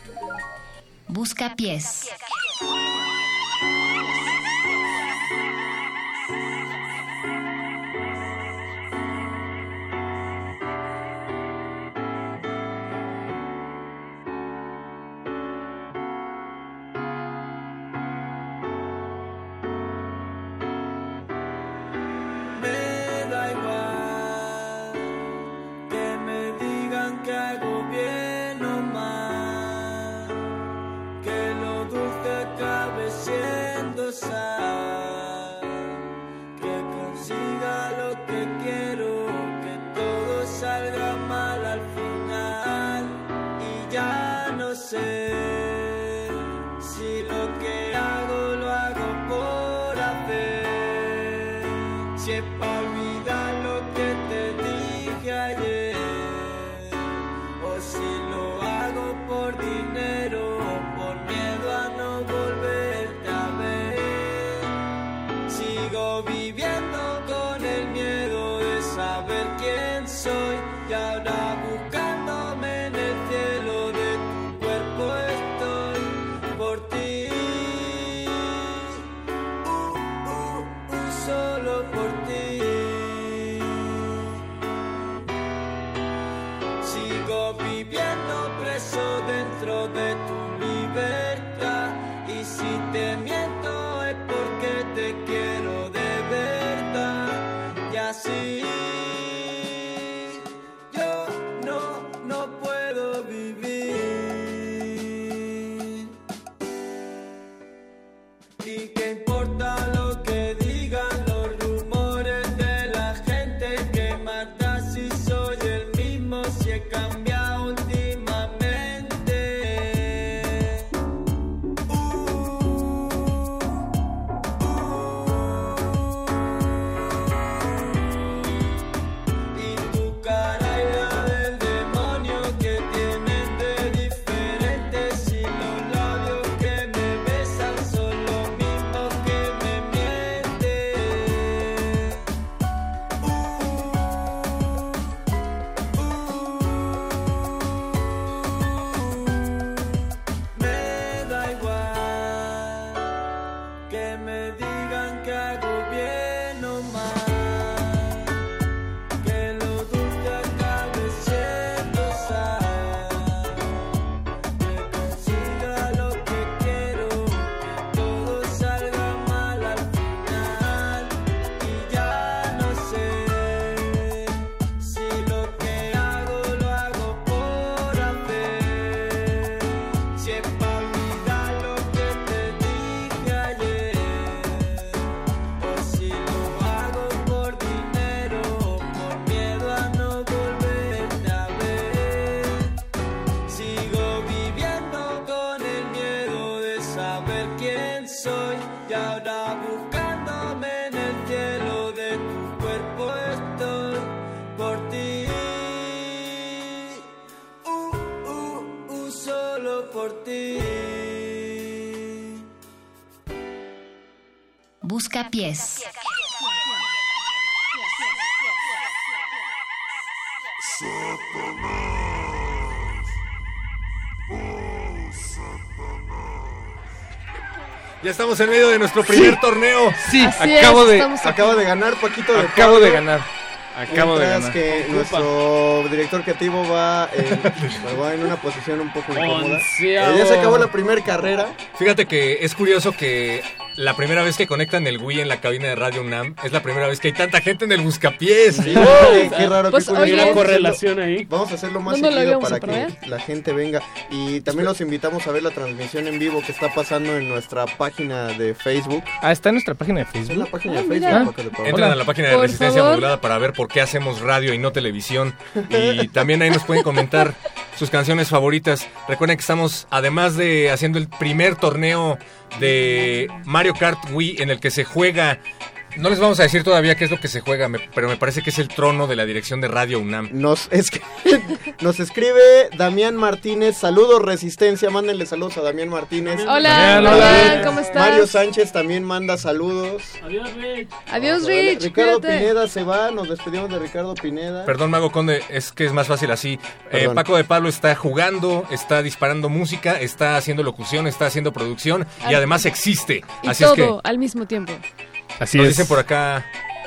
Buscapiés. Me da igual que me digan que hago bien o mal, que lo dulce acabe siendo sal, que consiga lo que quiero, que todo salga mal al final y ya no sé si lo que hago lo hago por hacer, si es para olvidar lo que te dije ayer, o si lo hago por dinero, por miedo a no volverte a ver. Sigo viviendo con el miedo de saber quién soy y ahora buscándome en el cielo de tu cuerpo estoy por ti. Uh, uh, uh, solo por ti. Sigo viviendo preso dentro de tu libertad y si te miento es porque te quiero de verdad y así yo no, no puedo vivir. ¿Y qué importa lo que digan los rumores de la gente que mata si soy el mismo? Si es solo por ti. Buscapiés. Ya estamos en medio de nuestro primer Sí. torneo. Sí, Así acabo es, de estamos aquí. Acaba de ganar Paquito de Acabo Pablo. de ganar. Acabo de Mientras ganar. que Ocupa. nuestro director creativo va en, pues, va en una posición un poco incómoda. Onceavo. Eh, ya se acabó la primera carrera. Fíjate que es curioso que la primera vez que conectan el Wii en la cabina de Radio UNAM es la primera vez que hay tanta gente en el buscapiés. Sí, qué, qué raro, Pues, qué curioso. oye, Vamos a correlación hacerlo- ahí. Vamos a hacerlo más ¿Dónde lo seguido íbamos para a probar? que la gente venga. Y también los invitamos a ver la transmisión en vivo que está pasando en nuestra página de Facebook. Ah, está en nuestra página de Es en Facebook. la página de Ah, Facebook. mira. Paco de Pablo. Entran a la página de Por Resistencia favor. Modulada para ver por qué hacemos radio y no televisión. Y también ahí nos pueden comentar sus canciones favoritas. Recuerden que estamos, además de haciendo el primer torneo de Mario Kart Wii en el que se juega... No les vamos a decir todavía qué es lo que se juega, me- pero me parece que es el trono de la dirección de Radio UNAM. Nos, es que- nos escribe Damián Martínez. Saludos, Resistencia. Mándenle saludos a Damián Martínez. Hola, Damián, Damián, ¿cómo estás? Mario Sánchez también manda saludos. Adiós, Rich. Adiós, Vale, Rich. Ricardo cuídate. Pineda se va. Nos despedimos de Ricardo Pineda. Perdón, Mago Conde, es que es más fácil así. Eh, Perdón. Paco de Pablo está jugando, está disparando música, está haciendo locución, está haciendo producción y Ay. además existe. Y Así todo es que al mismo tiempo. Así nos es. dicen por acá.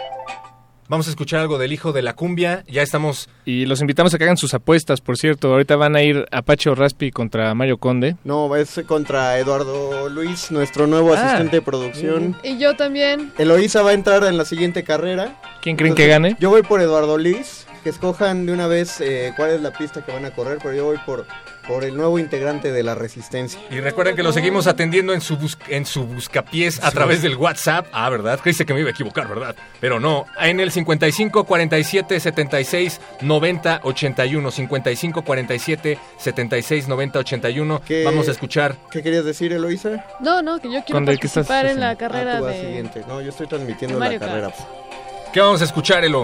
Vamos a escuchar algo del hijo de la cumbia. Ya estamos. Y los invitamos a que hagan sus apuestas, por cierto. Ahorita van a ir Apache o Raspi contra Mario Conde. No, es contra Eduardo Luis, nuestro nuevo Ah. asistente de producción. Y yo también. Eloísa va a entrar en la siguiente carrera. ¿Quién creen que gane? Yo voy por Eduardo Luis. Que escojan de una vez eh, cuál es la pista que van a correr, pero yo voy por, por el nuevo integrante de la Resistencia. Y recuerden que lo seguimos atendiendo en su bus- en su buscapiés a través del WhatsApp. Ah, ¿verdad? Creíste que me iba a equivocar, ¿verdad? Pero no. En el cincuenta y cinco cuarenta y siete setenta y seis noventa ochenta y uno. cincuenta y cinco cuarenta y siete setenta y seis noventa ochenta y uno. ¿Qué- Vamos a escuchar. ¿Qué querías decir, Eloísa? No, no, que yo quiero Conde, ¿qué estás participar en la haciendo? carrera Ah, tú vas de... siguiente. No, yo estoy transmitiendo de la Mario carrera. ¿Qué vamos a escuchar, Elo?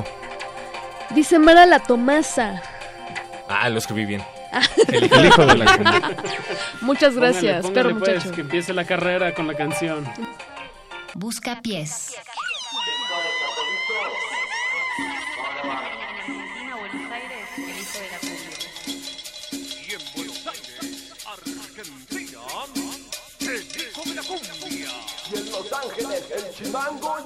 Dice Mara la Tomasa. Ah, lo escribí bien. El hijo de la cumbia. Muchas gracias, Póngale, perro póngale, pues, muchacho. que empiece la carrera con la canción. Buscapiés. Y en Los Ángeles, el chimango.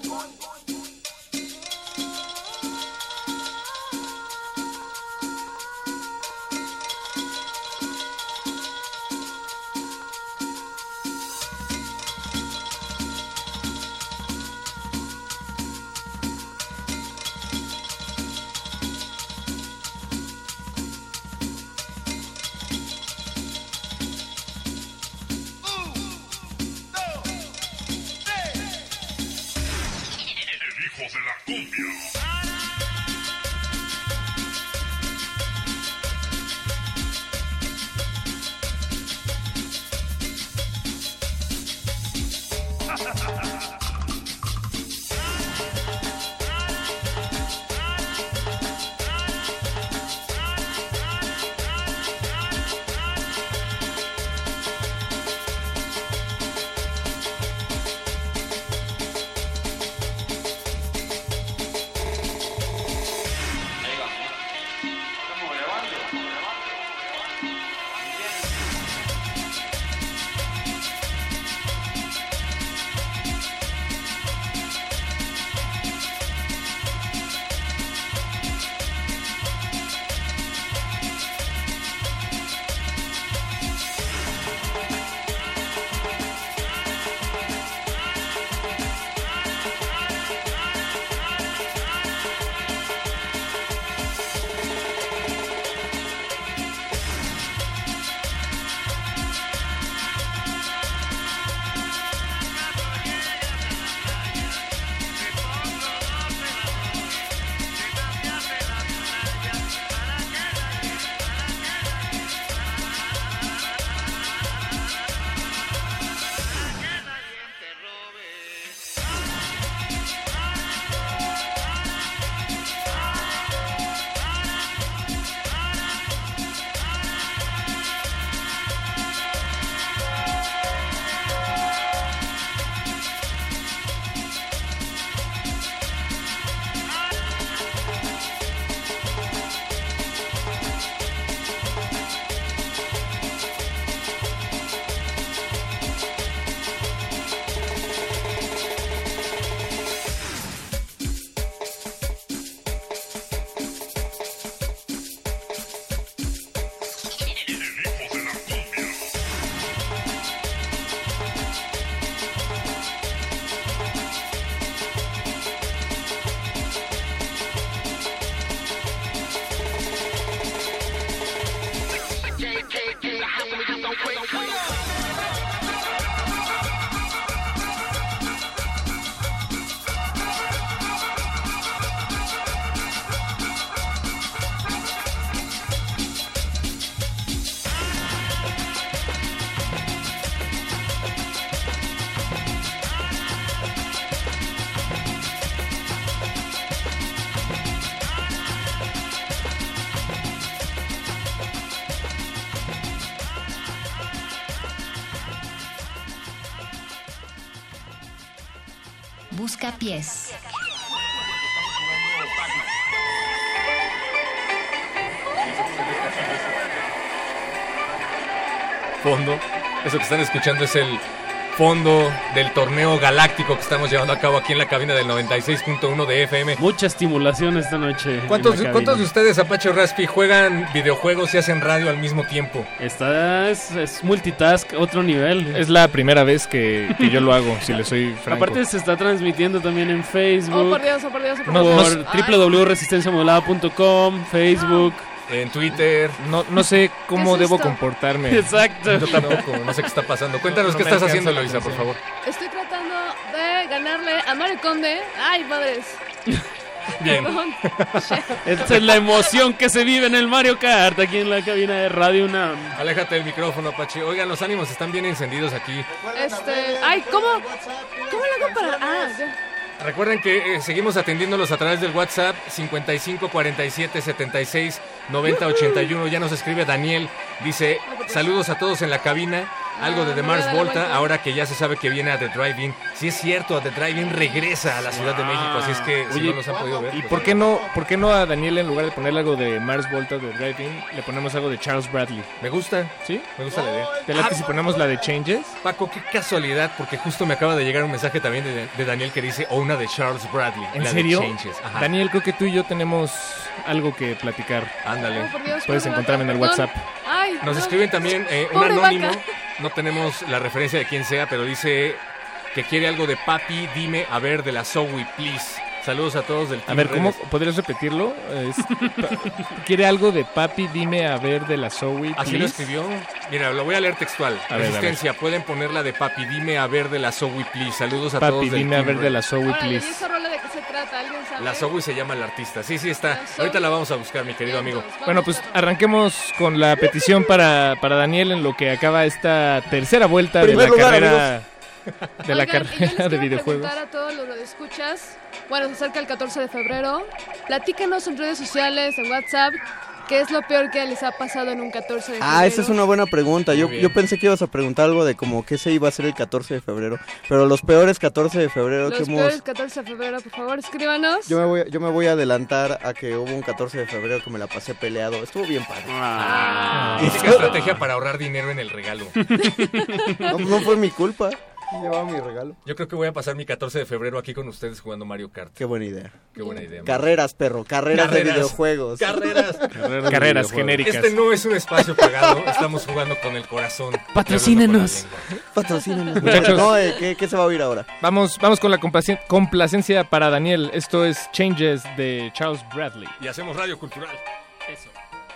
Buscapiés. Fondo. Eso que están escuchando es el fondo del torneo galáctico que estamos llevando a cabo aquí en la cabina del noventa y seis punto uno de F M. Mucha estimulación esta noche. ¿Cuántos, ¿cuántos de ustedes, Apache Raspi, juegan videojuegos y hacen radio al mismo tiempo? Esta es, es multitask, otro nivel. Es la primera vez que, que yo lo hago, si le soy franco. Aparte se está transmitiendo también en Facebook. Oh, por Dios, oh, por Dios, oh, por no, Dios. Por doble u doble u doble u punto resistencia modulada punto com, Facebook. En Twitter. No, no sé cómo ¿Qué es debo esto? comportarme. Exacto. Yo tampoco, no sé qué está pasando. Cuéntanos No qué me estás alcanza haciendo, la Eloisa, por atención. favor. Estoy tratando de ganarle a Mario Conde. Ay, madres. Bien. Perdón. Esta es la emoción que se vive en el Mario Kart, aquí en la cabina de Radio UNAM. Aléjate del micrófono, Apache. Oigan, los ánimos están bien encendidos aquí. Este, ay, ¿cómo? ¿Cómo lo hago para...? Ah, ya. Recuerden que eh, seguimos atendiéndolos a través del WhatsApp cincuenta y cinco cuarenta y siete setenta y seis noventa ochenta y uno. Ya nos escribe Daniel, dice, saludos a todos en la cabina. Algo de The Mars Volta, ahora que ya se sabe que viene a The Drive-In. Sí es cierto, a The Drive-In regresa a la Ciudad de México, así es que si Oye, no los han podido ver. ¿Y pues, por qué no, por qué no a Daniel, en lugar de ponerle algo de Mars Volta de Drive-In, le ponemos algo de Charles Bradley? Me gusta, ¿Sí? me gusta la idea. ¿Te late si ponemos la de Changes? Paco, qué casualidad, porque justo me acaba de llegar un mensaje también de, de Daniel que dice, o una de Charles Bradley. ¿En la serio? De Changes. Ajá. Daniel, creo que tú y yo tenemos algo que platicar. Ándale. Oh, por Dios, Puedes pobre encontrarme en el vaca, WhatsApp. perdón. Ay, Nos no. escriben también eh, un Pobre anónimo, vaca. no tenemos la referencia de quién sea, pero dice que quiere algo de Papi, dime a ver de la Zoe, please. Saludos a todos del A Team ver, ¿cómo Redes. podrías repetirlo? Es- pa- ¿Quiere algo de papi? Dime a ver de la Zoe, Así lo please? escribió. Mira, lo voy a leer textual. A ver, Resistencia, pueden poner la de Papi, dime a ver de la Zoe, please. Saludos a todos Papi, del dime a Team ver de Redes. la Zoe, Órale, ¿y please. esa rola de qué se trata? ¿Alguien sabe? La Zoe se llama el artista. Sí, sí está. La Zoe. Ahorita la vamos a buscar, mi querido amigo. Entonces, Bueno, vamos pues a- arranquemos con la petición para, para Daniel en lo que acaba esta tercera vuelta de Primer la lugar, carrera de la Oigan, y yo les carrera de quiero videojuegos. preguntar a todos los radioescuchas, bueno, se acerca el catorce de febrero, platícanos en redes sociales, en WhatsApp, qué es lo peor que les ha pasado en un catorce de febrero. Ah, esa es una buena pregunta. Yo, Muy bien. yo pensé que ibas a preguntar algo de como qué se iba a hacer el catorce de febrero. Pero los peores catorce de febrero Los que hemos... peores catorce de febrero, por favor, escríbanos. Yo me, voy, yo me voy a adelantar a que hubo un catorce de febrero que me la pasé peleado. Estuvo bien padre. Ah, típica estrategia para ahorrar dinero en el regalo. No, no fue mi culpa. Llevaba mi regalo. Yo creo que voy a pasar mi catorce de febrero aquí con ustedes jugando Mario Kart. Qué buena idea. Qué buena idea. amigo. Carreras, perro. Carreras, Carreras. de videojuegos. Carreras. Carreras, Carreras genéricas. Este no es un espacio pagado, estamos jugando con el corazón. Patrocínenos. Patrocínanos. Muchachos. No, eh, ¿qué, ¿qué se va a oír ahora? Vamos, vamos con la complacien- complacencia para Daniel. Esto es Changes de Charles Bradley. Y hacemos radio cultural. Eso.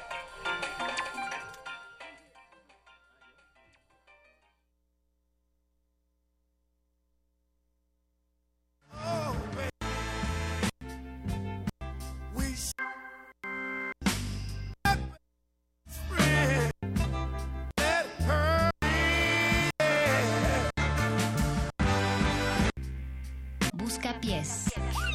Buscapiés.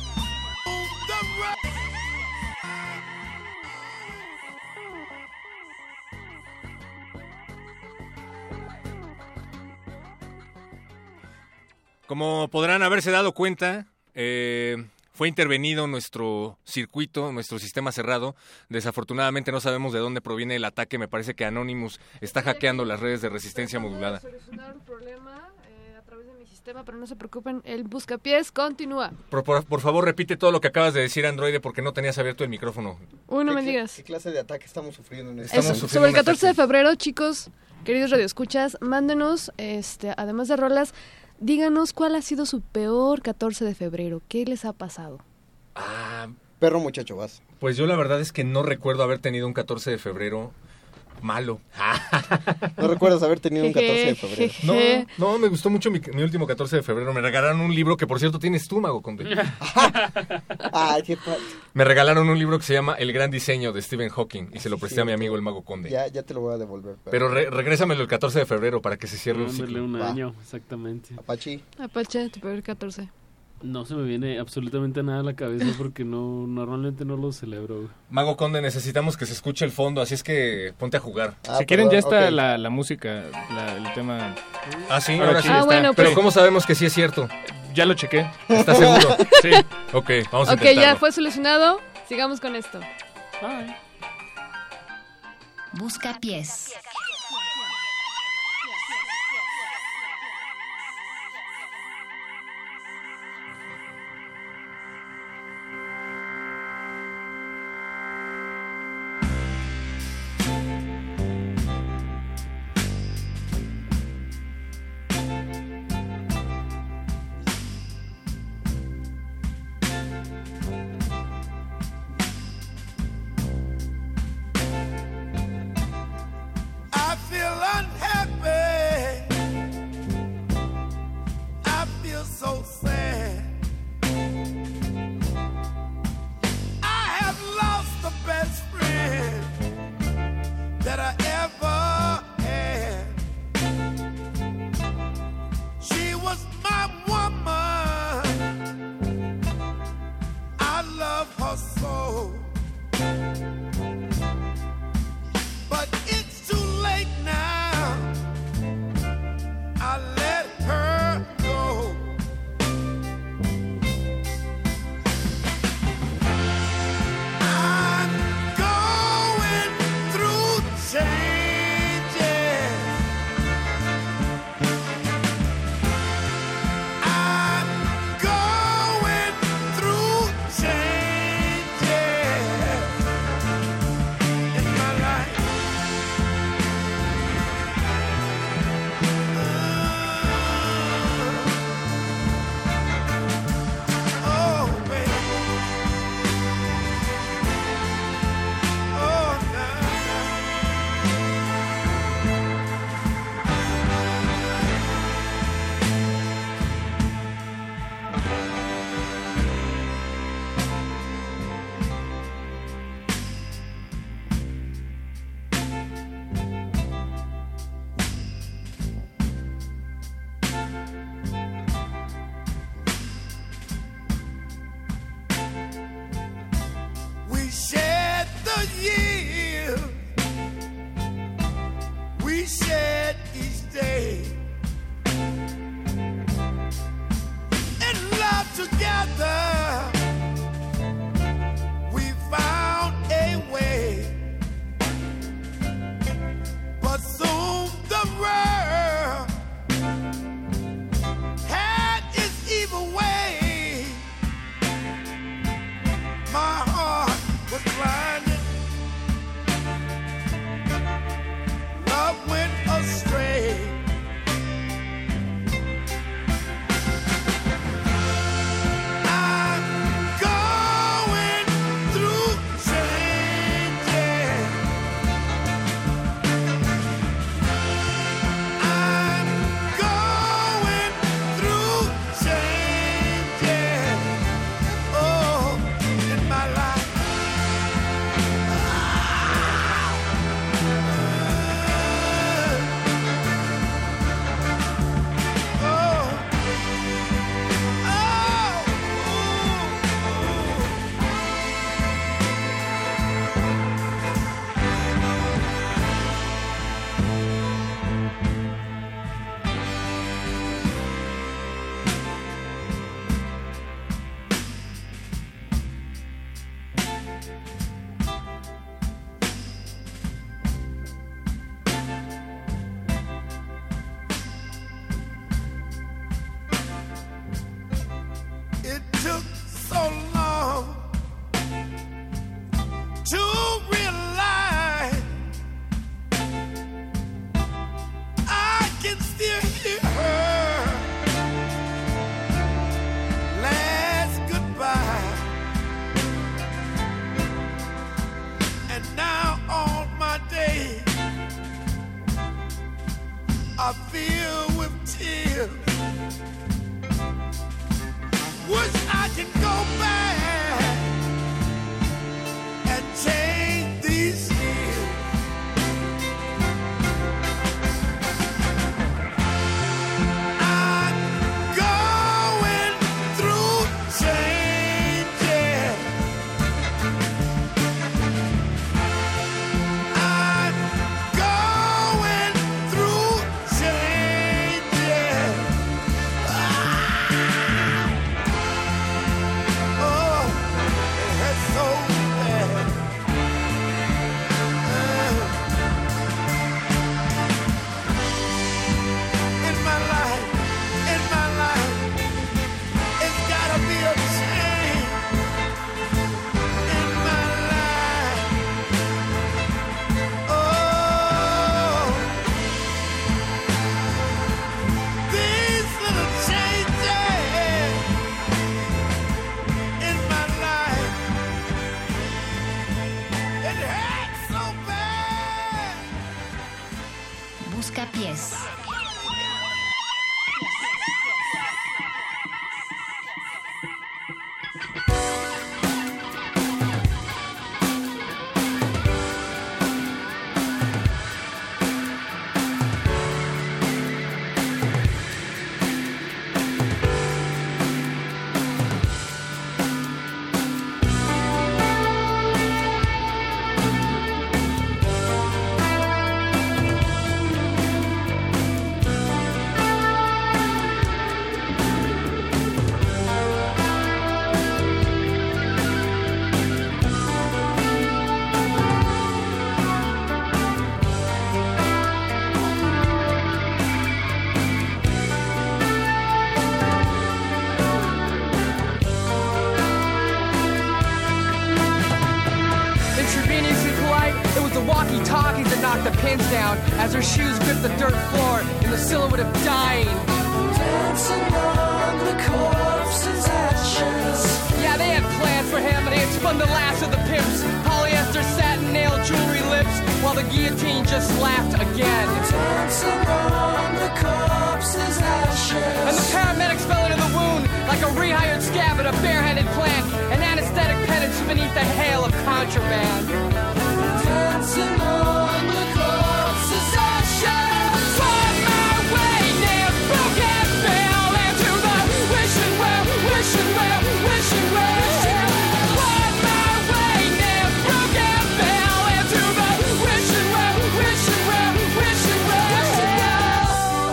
Como podrán haberse dado cuenta, eh, fue intervenido nuestro circuito, nuestro sistema cerrado. Desafortunadamente no sabemos de dónde proviene el ataque. Me parece que Anonymous está hackeando las redes de resistencia modulada. Solucionar un problema eh, a través de mi sistema, pero no se preocupen, el buscapiés continúa. Por, por, por favor, repite todo lo que acabas de decir, Androide, porque no tenías abierto el micrófono. Uy, no me ¿Qué- digas. ¿Qué clase de ataque estamos sufriendo en este Estamos Eso, sufriendo sobre el un catorce de ataque. febrero, chicos, queridos radioescuchas, mándenos, este, además de rolas, díganos cuál ha sido su peor catorce de febrero. ¿Qué les ha pasado? Ah, Perro muchacho, vas. pues yo la verdad es que no recuerdo haber tenido un catorce de febrero malo. ¿No recuerdas haber tenido un catorce de febrero? No, no, me gustó mucho mi, mi último catorce de febrero. Me regalaron un libro que, por cierto, tienes tú, Mago Conde. Ay, qué padre. Me regalaron un libro que se llama El Gran Diseño de Stephen Hawking y se lo presté a mi amigo el Mago Conde. Ya, ya te lo voy a devolver. perro. Pero re- regrésamelo el catorce de febrero para que se cierre el Dándole ciclo. un Va. año, exactamente. Apache. Apache, tu peor catorce. No se me viene absolutamente nada a la cabeza porque no normalmente no lo celebro. güey. Mago Conde, necesitamos que se escuche el fondo, así es que ponte a jugar. Ah, si quieren, ya perdón, está ok. la, la música, la- el tema. Ah, sí, Ahora ahora sí sí. Ah, está. bueno, Pero pues- ¿cómo sabemos que sí es cierto? Ya lo chequé. ¿Estás seguro? Sí. Ok, vamos a Ok, intentarlo. ya fue solucionado. Sigamos con esto. Bye. Buscapiés. I feel unhappy. I feel so sad. I have lost the best friend that I ever had. She was my woman. I love her so. But it's too late now. I let her go. I'm going through changes. I'm going through changes in my life. Oh, baby. Oh, now. We shared the years, we shared each day, in love together. We found a way, but soon the world had its evil way. My heart was blinded. Love went astray. I'm going through changes. I'm going through changes. Oh, in my life. It took so long to realize I can still hear her last goodbye. And now on my day I feel with tears. Wish I could go back and change these years. I'm going through changes. I'm going through changes. Ah! She talkies and knock the pins down as her shoes grip the dirt floor in the silhouette of dying. Dancing on the corpse's ashes. Yeah, they had plans for him, and they had spun the last of the pimps. Polyester satin nail jewelry lips, while the guillotine just laughed again. Dancing on the corpse's ashes. And the paramedics fell into the wound like a rehired scab at a barehanded plant. An anesthetic penance beneath a hail of contraband. Dancing on the corpse's ashes. Find my way near broken fell into the wishing well, wishing well, wishing well. Find my way near broken fell into the wishing well, wishing well, wishing well, wishing well.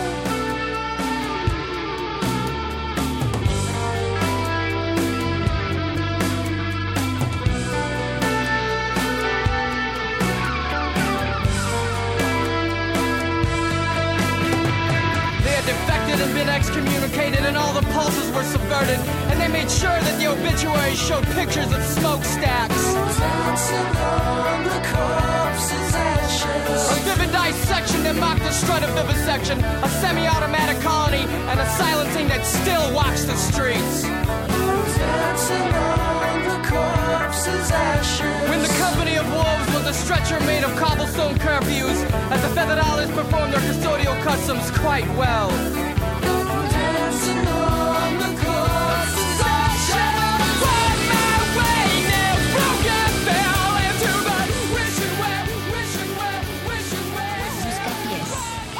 They had defected and been excommunicated, and all the pulses were subverted. And they made sure that the obituaries showed pictures of smokestacks. Dancing on the corpse's ashes. A vivid dissection that mocked the strut of vivisection. A semi-automatic colony and a silencing that still walks the streets. Dancing on the corpse's ashes. When the company of wolves was a stretcher made of cobblestone curfews, as the Federales performed their custodial customs quite well. Dancing on the corpse's ashes. Find my way near broken fell into the wishing well, wishing well, wishing well.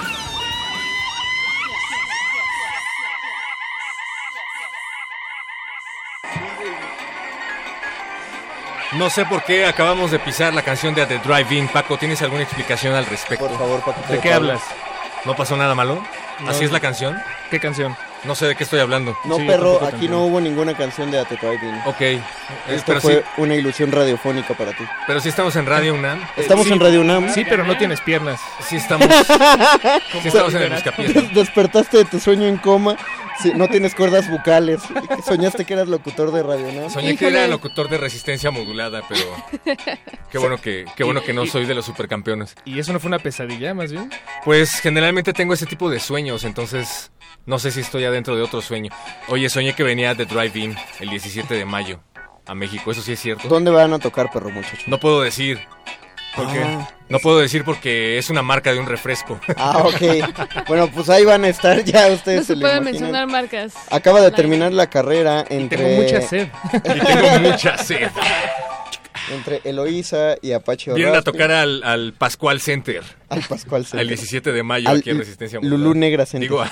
No sé por qué acabamos de pisar la canción de The Drive-In. Paco, ¿tienes alguna explicación al respecto? Por favor, Paco. ¿De qué hablas? ¿No pasó nada malo? No. ¿Así es la canción? ¿Qué canción? No sé de qué estoy hablando. No, Sí, yo perro, tampoco aquí también. no hubo ninguna canción de The Drive-In. Ok. Eh, Esto pero, fue sí, una ilusión radiofónica para ti. pero sí estamos en Radio UNAM. Estamos Sí, en Radio UNAM. Sí, pero no tienes piernas. Sí estamos, sí estamos en el Buscapiés. Des- Despertaste de tu sueño en coma. Sí, no tienes cuerdas bucales. Soñaste que eras locutor de Radio UNAM. Soñé que era locutor de resistencia modulada, pero qué bueno que, qué bueno que no soy de los supercampeones. ¿Y eso no fue una pesadilla, más bien? Pues generalmente tengo ese tipo de sueños, entonces no sé si estoy adentro de otro sueño. Oye, soñé que venía The Drive-In el diecisiete de mayo a México, ¿eso sí es cierto? ¿Dónde van a tocar, perro muchacho? No puedo decir. ¿Por qué? Ah. No puedo decir porque es una marca de un refresco. Ah, ok. Bueno, pues ahí van a estar ya ustedes. No se lo pueden imaginan. mencionar marcas. Acaba de terminar la carrera entre... Tengo mucha sed. Y tengo mucha sed. Entre Eloísa y Apache Vienen a Orozco. tocar al, al Pascual Center. Al Pascual Center. El diecisiete de mayo Al aquí en L- Resistencia Lulú Modulada. Negra Center. Digo, a,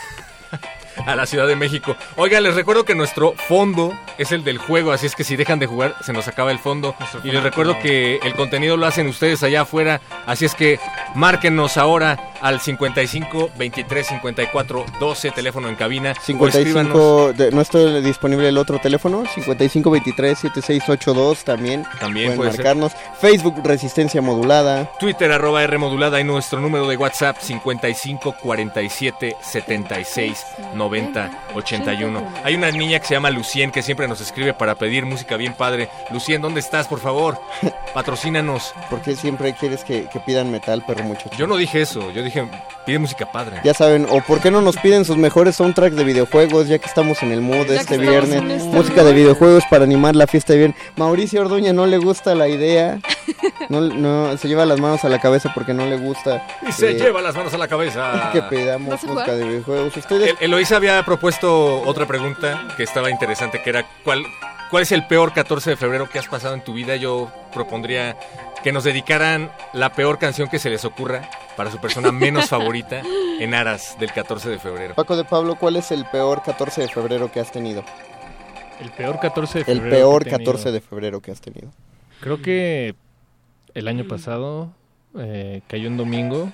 a la Ciudad de México. Oigan, les recuerdo que nuestro fondo es el del juego, así es que si dejan de jugar se nos acaba el fondo. Y les recuerdo que el contenido lo hacen ustedes allá afuera, así es que márquenos ahora al cincuenta y cinco, veintitrés, cincuenta y cuatro, doce, teléfono en cabina. cincuenta y cinco, de, ¿no está disponible el otro teléfono? cincuenta y cinco, veintitrés, setenta y seis ochenta y dos también. También pueden puede ser. marcarnos. Facebook Resistencia Modulada. Twitter, arroba R modulada, y nuestro número de WhatsApp cincuenta y cinco, cuarenta y siete, setenta y seis, noventa, ochenta y uno. Hay una niña que se llama Lucien que siempre nos escribe para pedir música bien padre. Lucien, ¿dónde estás, por favor? Patrocínanos. ¿Por qué siempre quieres que, que pidan metal, perro muchacho? Yo no dije eso, yo dije pide música padre. Ya saben, o por qué no nos piden sus mejores soundtracks de videojuegos, ya que estamos en el mood Ya este que estamos viernes. en este Música mood. de videojuegos para animar la fiesta de bien. Mauricio Orduña no le gusta la idea. No, no, se lleva las manos a la cabeza porque no le gusta. Y se eh, lleva las manos a la cabeza. Que pidamos ¿Vas a música jugar? de videojuegos. Ustedes. El- Eloísa había propuesto otra pregunta que estaba interesante, que era ¿cuál, ¿cuál es el peor catorce de febrero que has pasado en tu vida? Yo propondría que nos dedicaran la peor canción que se les ocurra para su persona menos favorita en aras del catorce de febrero. Paco de Pablo, ¿cuál es el peor catorce de febrero que has tenido? El peor catorce de El febrero. peor que he tenido. catorce de febrero que has tenido. Creo que el año pasado eh, cayó un domingo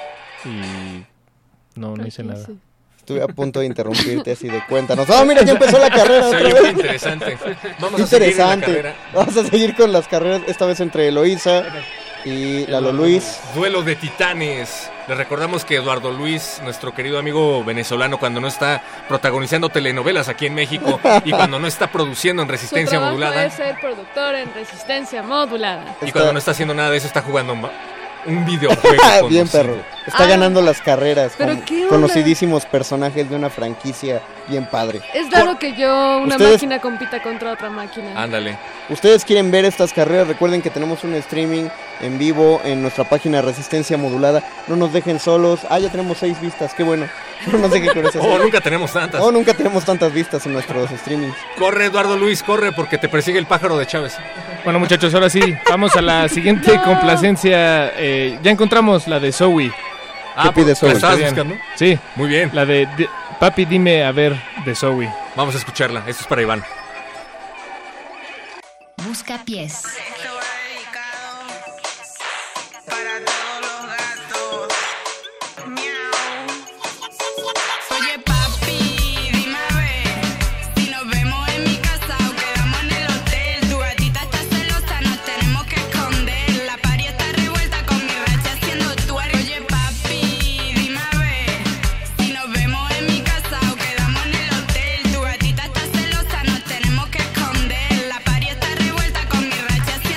y no, no hice nada. Estuve a punto de interrumpirte así de cuéntanos. ¡Ah, mira, ya empezó la carrera Se otra oyó vez! muy interesante. Vamos a seguir en la Interesante. carrera. Vamos a seguir con las carreras, esta vez entre Eloísa y Lalo Luis. Duelo de titanes. Les recordamos que Eduardo Luis, nuestro querido amigo venezolano, cuando no está protagonizando telenovelas aquí en México y cuando no está produciendo en Su Resistencia trabajo Modulada es ser productor en Resistencia Modulada. y cuando no está haciendo nada de eso está jugando ma- un videojuego. Bien, perro. Está Ah, ganando las carreras ¿pero con qué onda? conocidísimos personajes de una franquicia bien padre. Es raro que yo, una Ustedes- máquina compita contra otra máquina. Ándale. Ustedes quieren ver estas carreras, recuerden que tenemos un streaming en vivo en nuestra página Resistencia Modulada. No nos dejen solos. Ah, ya tenemos seis vistas, qué bueno. No nos dejen con esas Oh, seis. nunca tenemos tantas. Oh, nunca tenemos tantas vistas en nuestros streamings. Corre, Eduardo Luis, corre, porque te persigue el pájaro de Chávez. Bueno, muchachos, ahora sí, vamos a la siguiente complacencia. Eh, ya encontramos la de Zoe. Ah, ¿Qué pide Zoe? ¿la estabas Está bien. buscando? Sí. Muy bien. La de, de- Papi, dime a ver, de Zoe. Vamos a escucharla. Esto es para Iván. Buscapiés. Oye papi, dime a ver si nos vemos en mi casa o quedamos en el hotel. Tu gatita está celosa, nos tenemos que esconder. La party está revuelta con mi racha haciendo twerk. Oye papi, dime a ver si nos vemos en mi casa o quedamos en el hotel. Tu gatita está celosa, nos tenemos que esconder. La party está revuelta con mi racha haciendo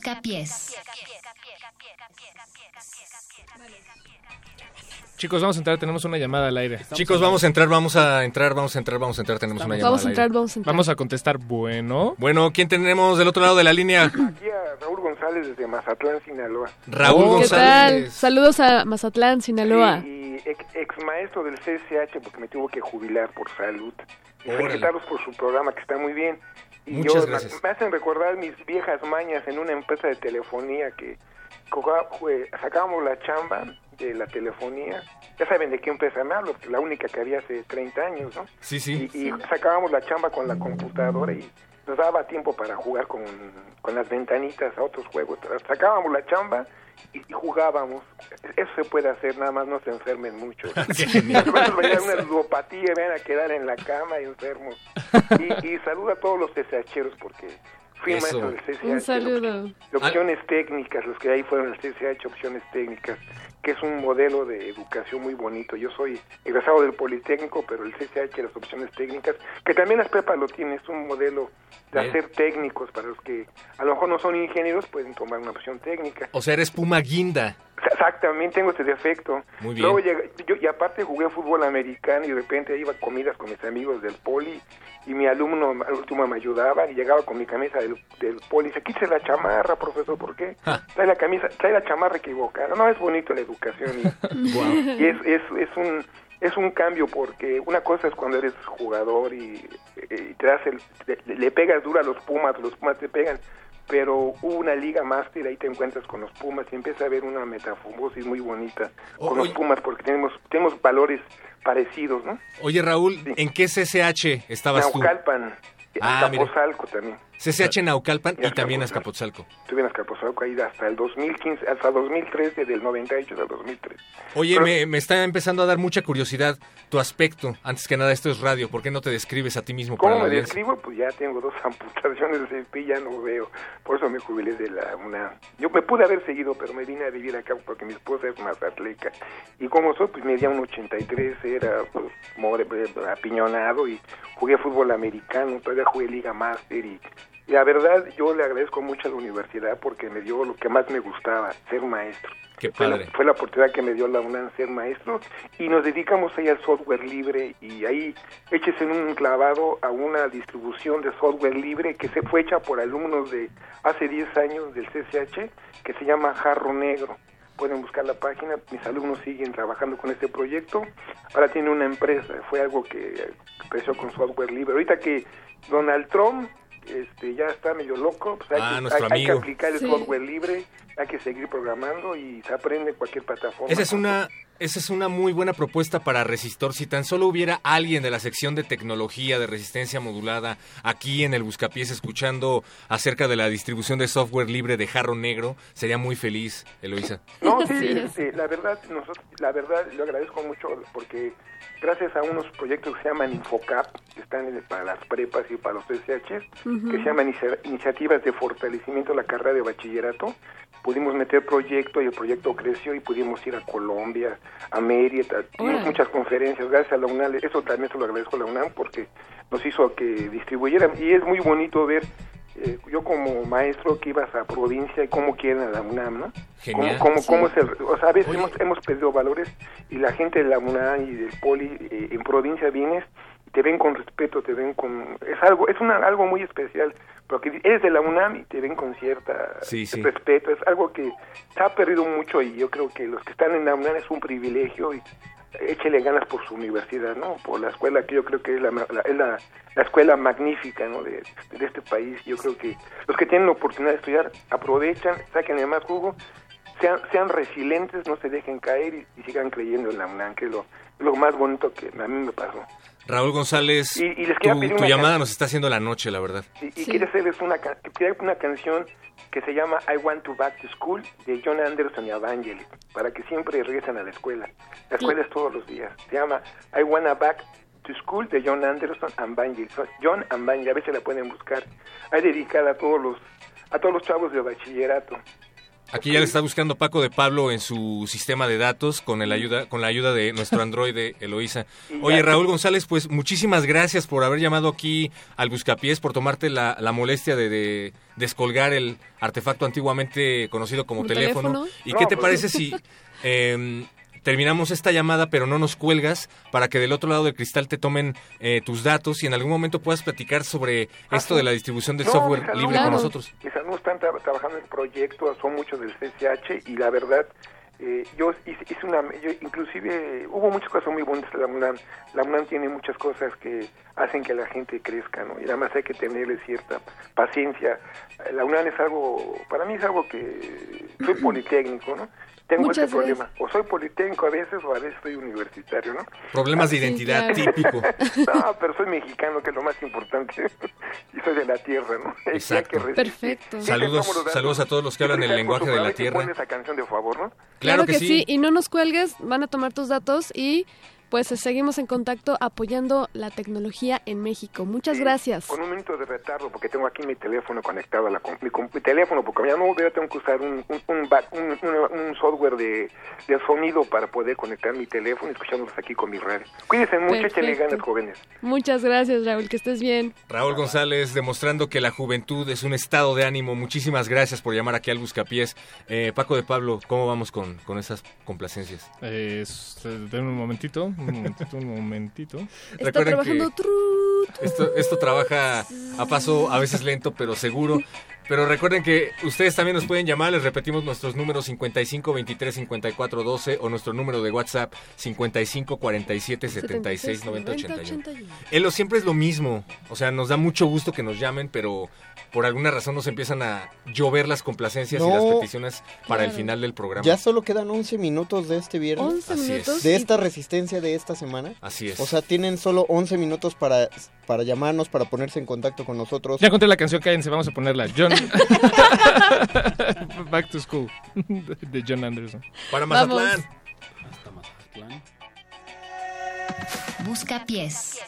Buscapiés. Chicos, vamos a entrar, tenemos una llamada al aire. Chicos, vamos a entrar, vamos a entrar, vamos a entrar, vamos a entrar, tenemos una llamada Vamos a al entrar, aire. vamos a entrar. Vamos a contestar, bueno. Bueno, ¿quién tenemos del otro lado de la línea? Aquí a Raúl González desde Mazatlán, Sinaloa. Raúl ¿Qué González. tal? Saludos a Mazatlán, Sinaloa. Sí, y ex, ex maestro del C S H porque me tuvo que jubilar por salud. Y Órale. felicitarlos por su programa que está muy bien. Y Muchas yo, gracias. Me, me hacen recordar mis viejas mañas en una empresa de telefonía que jugaba- jue- sacábamos la chamba de la telefonía. Ya saben de qué empresa me hablo, la única que había hace treinta años, ¿no? Sí, sí. Y, y sacábamos la chamba con la computadora y nos daba tiempo para jugar con, con las ventanitas a otros juegos. Sacábamos la chamba y, y jugábamos. Eso se puede hacer, nada más no se enfermen mucho. Nos vayan una ludopatía y vayan a quedar en la cama y enfermos. Y, y saluda a todos los C S H eros porque fui Eso. maestro del C S H. Un saludo. Opciones técnicas, los que ahí fueron el C S H, opciones técnicas, que es un modelo de educación muy bonito. Yo soy egresado del Politécnico, pero el C S H, las opciones técnicas, que también las prepas lo tienen, es un modelo de Bien. hacer técnicos para los que a lo mejor no son ingenieros, pueden tomar una opción técnica. O sea, eres Puma Guinda. Exactamente, tengo ese defecto. Muy bien. Luego llegué- yo, y aparte jugué fútbol americano y de repente iba a comidas con mis amigos del poli y mi alumno al último me ayudaba y llegaba con mi camisa del, del poli y dice, quítese la chamarra, profesor, ¿por qué? Ah. Trae la camisa, trae la chamarra equivocada. No, es bonito la educación y, Guau. y es, es, es un es un cambio porque una cosa es cuando eres jugador y, y te das el, le, le pegas duro a los Pumas, los Pumas te pegan, pero hubo una liga máster, ahí te encuentras con los Pumas y empieza a haber una metamorfosis muy bonita Oh, con los oye. Pumas porque tenemos tenemos valores parecidos, ¿no? Oye, Raúl, ¿en qué C S H estabas tú? Naucalpan, Ah, mira. Azcapotzalco también. C S H Naucalpan y Y también Azcapotzalco. Azcapotzalco. Estuve en Azcapotzalco ahí hasta el dos mil quince, hasta dos mil trece, del noventa y ocho al dos mil tres. Oye, Pero- me, me está empezando a dar mucha curiosidad tu aspecto. Antes que nada, esto es radio. ¿Por qué no te describes a ti mismo para ¿Cómo la me audiencia? describo? Pues ya tengo dos amputaciones de pie, ya no veo. Por eso me jubilé de la UNAM. Yo me pude haber seguido, pero me vine a vivir acá porque mi esposa es mazatleca. Y como soy, pues medía un ochenta y tres, era pues, more, apiñonado y jugué fútbol americano, todavía jugué Liga Master y... y la verdad, yo le agradezco mucho a la universidad porque me dio lo que más me gustaba, ser maestro. Qué Fue la, padre. fue la oportunidad que me dio la UNAM ser maestro y nos dedicamos ahí al software libre y ahí échese en un clavado a una distribución de software libre que se fue hecha por alumnos de hace diez años del C S H que se llama Jarro Negro. Pueden buscar la página, mis alumnos siguen trabajando con este proyecto, ahora tiene una empresa, fue algo que creció con software libre. Ahorita que Donald Trump este ya está medio loco, pues hay, Ah, que, nuestro hay- hay que amigo. aplicar el Sí. software libre, hay que seguir programando y se aprende en cualquier plataforma. Esa es una, esa es una muy buena propuesta para Resistor. Si tan solo hubiera alguien de la sección de tecnología de resistencia modulada aquí en el Buscapiés escuchando acerca de la distribución de software libre de Jarro Negro, sería muy feliz, Eloisa. No, sí, Así es. este, la verdad, nosotros, la verdad, lo agradezco mucho porque gracias a unos proyectos que se llaman Infocap, que están en- para las prepas y para los C S H, Ujú. que se llaman inicia- iniciativas de fortalecimiento de la carrera de bachillerato, pudimos meter proyecto y el proyecto creció y pudimos ir a Colombia, a Mérida, tuvimos Órale. muchas conferencias gracias a la UNAM, eso también se lo agradezco a la UNAM porque nos hizo que distribuyeran y es muy bonito ver eh, yo como maestro que ibas a provincia y cómo quieren a la UNAM, ¿no? Genial. Cómo, cómo, Sí. cómo es el, o sea, a veces Oye. hemos, hemos perdido valores y la gente de la UNAM y del Poli eh, en provincia vienes y te ven con respeto, te ven con es algo es una algo muy especial porque eres de la UNAM y te ven con cierta Sí, sí. respeto, es algo que se ha perdido mucho y yo creo que los que están en la UNAM es un privilegio y échele ganas por su universidad, ¿no? Por la escuela que yo creo que es la, la, es la, la escuela magnífica, ¿no? De, de este país. Yo creo que los que tienen la oportunidad de estudiar aprovechan, saquen el más jugo, sean, sean resilientes, no se dejen caer y, y sigan creyendo en la UNAM, que es lo, lo más bonito que a mí me pasó. Raúl González, Y- y les quería tu, pedir tu una llamada can- nos está haciendo la noche, la verdad. Y, y Sí. quiere hacerles una, ca- quiere una canción que se llama I Want to Back to School de John Anderson y Evangelis, para que siempre regresen a la escuela. La escuela es todos los días. Se llama I Wanna Back to School de John Anderson and Evangelis. John and Evangelis, a veces la pueden buscar. Hay dedicada a todos los a todos los chavos de bachillerato. Aquí ya le está buscando Paco de Pablo en su sistema de datos con el ayuda con la ayuda de nuestro androide Eloísa. Oye, Raúl González, pues muchísimas gracias por haber llamado aquí al Buscapiés, por tomarte la, la molestia de, de descolgar el artefacto antiguamente conocido como teléfono. teléfono. ¿Y no, qué te pues... parece si eh, terminamos esta llamada, pero no nos cuelgas, para que del otro lado del cristal te tomen eh, tus datos y en algún momento puedas platicar sobre ah, esto sí. de la distribución del no, software libre alumnos, con nosotros? Mis alumnos están tra trabajando en proyectos, son muchos del C C H, y la verdad, eh, yo hice, hice una, yo inclusive, hubo muchas cosas muy buenas de la UNAM. La UNAM tiene muchas cosas que hacen que la gente crezca, ¿no? Y además hay que tenerle cierta paciencia. La UNAM es algo, para mí es algo que, soy politécnico, ¿no? Tengo Muchas ese problema, gracias. O soy politécnico a veces o a veces soy universitario, ¿no? Problemas Así, de identidad, claro. típico. No, pero soy mexicano, que es lo más importante, y soy de la tierra, ¿no? Exacto. Perfecto. Saludos, saludos a todos los que hablan el lenguaje de la tierra. Pon esa canción de favor, ¿no? Claro, claro que, que sí. sí, y no nos cuelgues, van a tomar tus datos y... pues seguimos en contacto apoyando la tecnología en México. Muchas sí, gracias. Con un minuto de retardo, porque tengo aquí mi teléfono conectado a la mi, mi teléfono, porque ya no voy a tener que usar un, un, un, un, un, un software de, de sonido para poder conectar mi teléfono y escuchándolos aquí con mi radio. Cuídense mucho, échenle ganas, jóvenes. Muchas gracias, Raúl, que estés bien. Raúl González, demostrando que la juventud es un estado de ánimo. Muchísimas gracias por llamar aquí al Buscapiés. Eh, Paco de Pablo, ¿cómo vamos con, con esas complacencias? Eh, denme un momentito. Un momentito, un momentito. Está Recuerden trabajando que esto, esto trabaja a paso a veces lento, pero seguro. Pero recuerden que ustedes también nos pueden llamar. Les repetimos nuestros números cincuenta y cinco, veintitrés, cincuenta y cuatro, doce o nuestro número de WhatsApp cincuenta y cinco, cuarenta y siete, setenta y seis, noventa, ochenta y uno. Elo, siempre es lo mismo. O sea, nos da mucho gusto que nos llamen, pero por alguna razón nos empiezan a llover las complacencias no, y las peticiones para claro. el final del programa. Ya solo quedan once minutos de este viernes. once Así minutos. Es. De esta resistencia de esta semana. Así es. O sea, tienen solo once minutos para, para llamarnos, para ponerse en contacto con nosotros. Ya encontré la canción, cállense, vamos a ponerla. John... Back to School de John Anderson. Para Mazatlán. Hasta Mazatlán. Buscapiés.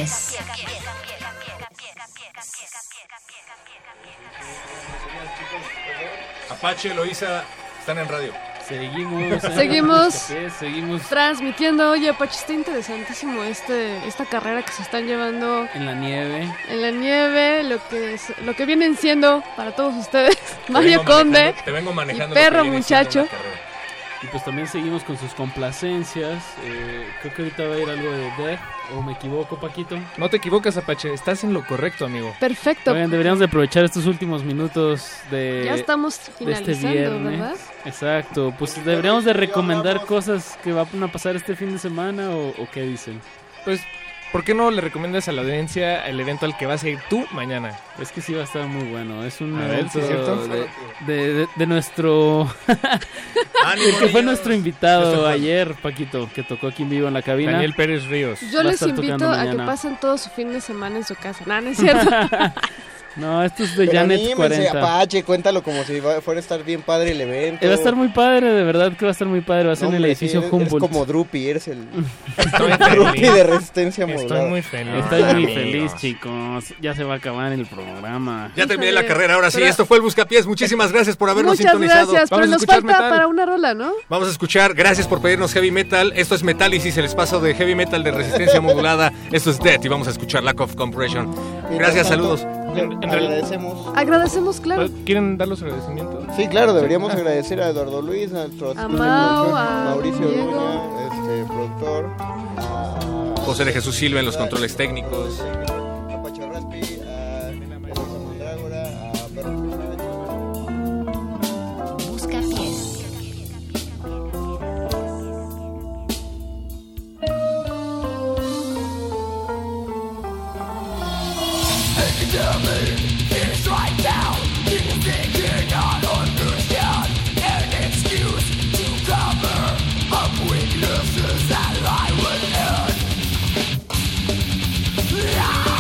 Buscapiés. Apache, Loisa, están en radio. Seguimos. Seguimos. Seguimos transmitiendo. Oye, Apache, está interesantísimo este esta carrera que se están llevando en la nieve. En la nieve, lo que es, lo que vienen siendo para todos ustedes Mario Conde. Te vengo manejando. Mi perro muchacho. Y pues también seguimos con sus complacencias. Eh, creo que ahorita va a ir algo de Death. ¿O me equivoco, Paquito? No te equivocas, Apache. Estás en lo correcto, amigo. Perfecto. Oigan, deberíamos de aprovechar estos últimos minutos de, ya estamos finalizando, de este viernes. ¿Verdad? Exacto. Pues deberíamos de recomendar cosas que van a pasar este fin de semana o, o qué dicen. Pues, ¿por qué no le recomiendas a la audiencia el evento al que vas a ir tú mañana? Es que sí va a estar muy bueno. Es un a evento ver, ¿sí es cierto? de, de, de, de nuestro... el que fue nuestro invitado nuestro ayer, Paquito, que tocó aquí en vivo en la cabina. Daniel Pérez Ríos. Yo les invito a que pasen todo su fin de semana en su casa. No, no es cierto. No, esto es de Janet cuarenta. Apache, cuéntalo como si fuera a estar bien padre el evento. Va a estar muy padre, de verdad que va a estar muy padre. Va a ser no, en el edificio sí, eres, Humboldt. Eres como Drupi, eres el Drupi de resistencia modulada. Estoy muy feliz. Estoy muy feliz, chicos. Ya se va a acabar el programa. Ya terminé la carrera, ahora sí. Pero... Esto fue el Buscapiés. Muchísimas gracias por habernos Muchas sintonizado. Muchas gracias, pero nos falta metal. Para una rola, ¿no? Vamos a escuchar, gracias por pedirnos heavy metal. Esto es Metálisis, el espacio de heavy metal de resistencia modulada. Esto es Death y vamos a escuchar Lack of Compression. Gracias, saludos. En, en agradecemos. Agradecemos, claro. ¿Quieren dar los agradecimientos? Sí, claro, deberíamos agradecer a Eduardo Luis, a nuestro asistente de producción, a Mauricio Diego. Duña, este, productor, a José de Jesús Silva en los controles técnicos. A Pacho Raspi, a Mandrágora, a Perro. Buscapiés. It's right down. You think you not understand an excuse to cover up weaknesses that lie within. Yeah.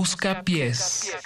Buscapiés.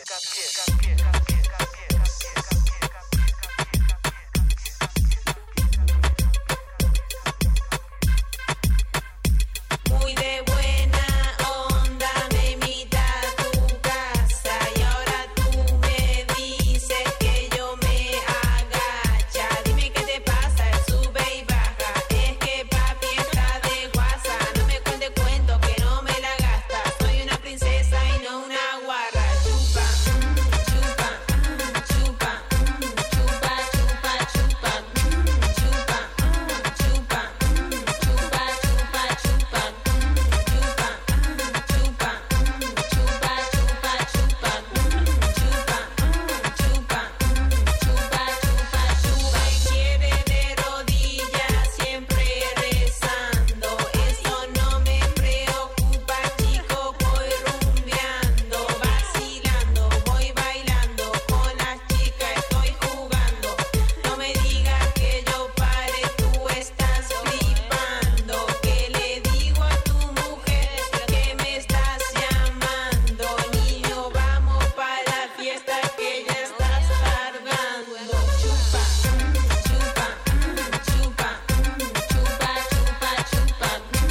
Muy de buena onda me invita a tu casa y ahora tú me dices que yo me agacha. Dime qué te pasa, él sube y baja. Es que papi está de guasa. No me cuente cuento que no me la gasta. Soy una princesa y no una guarra. Chupa, chupa, chupa, chupa, chupa, chupa, chupa, chupa, chupa, chupa, chupa, chupa. Quiere de rodillas siempre rezando. Eso no me preocupa, chico, voy rumbeando, vacilando, voy bailando, con las chicas estoy jugando. No me digas que yo pare, tú estás flipando. Que le digo a tu mujer que me estás llamando. Niño, vamos para la fiesta que ya estás tardando. Chupa, chupa, chupa, chupa, chupa, chupa,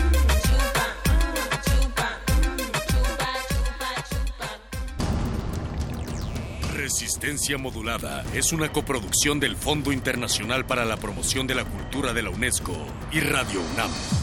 chupa, chupa, chupa. Resistencia Modulada es una coproducción del Fondo Internacional para la Promoción de la Cultura de la UNESCO y Radio UNAM.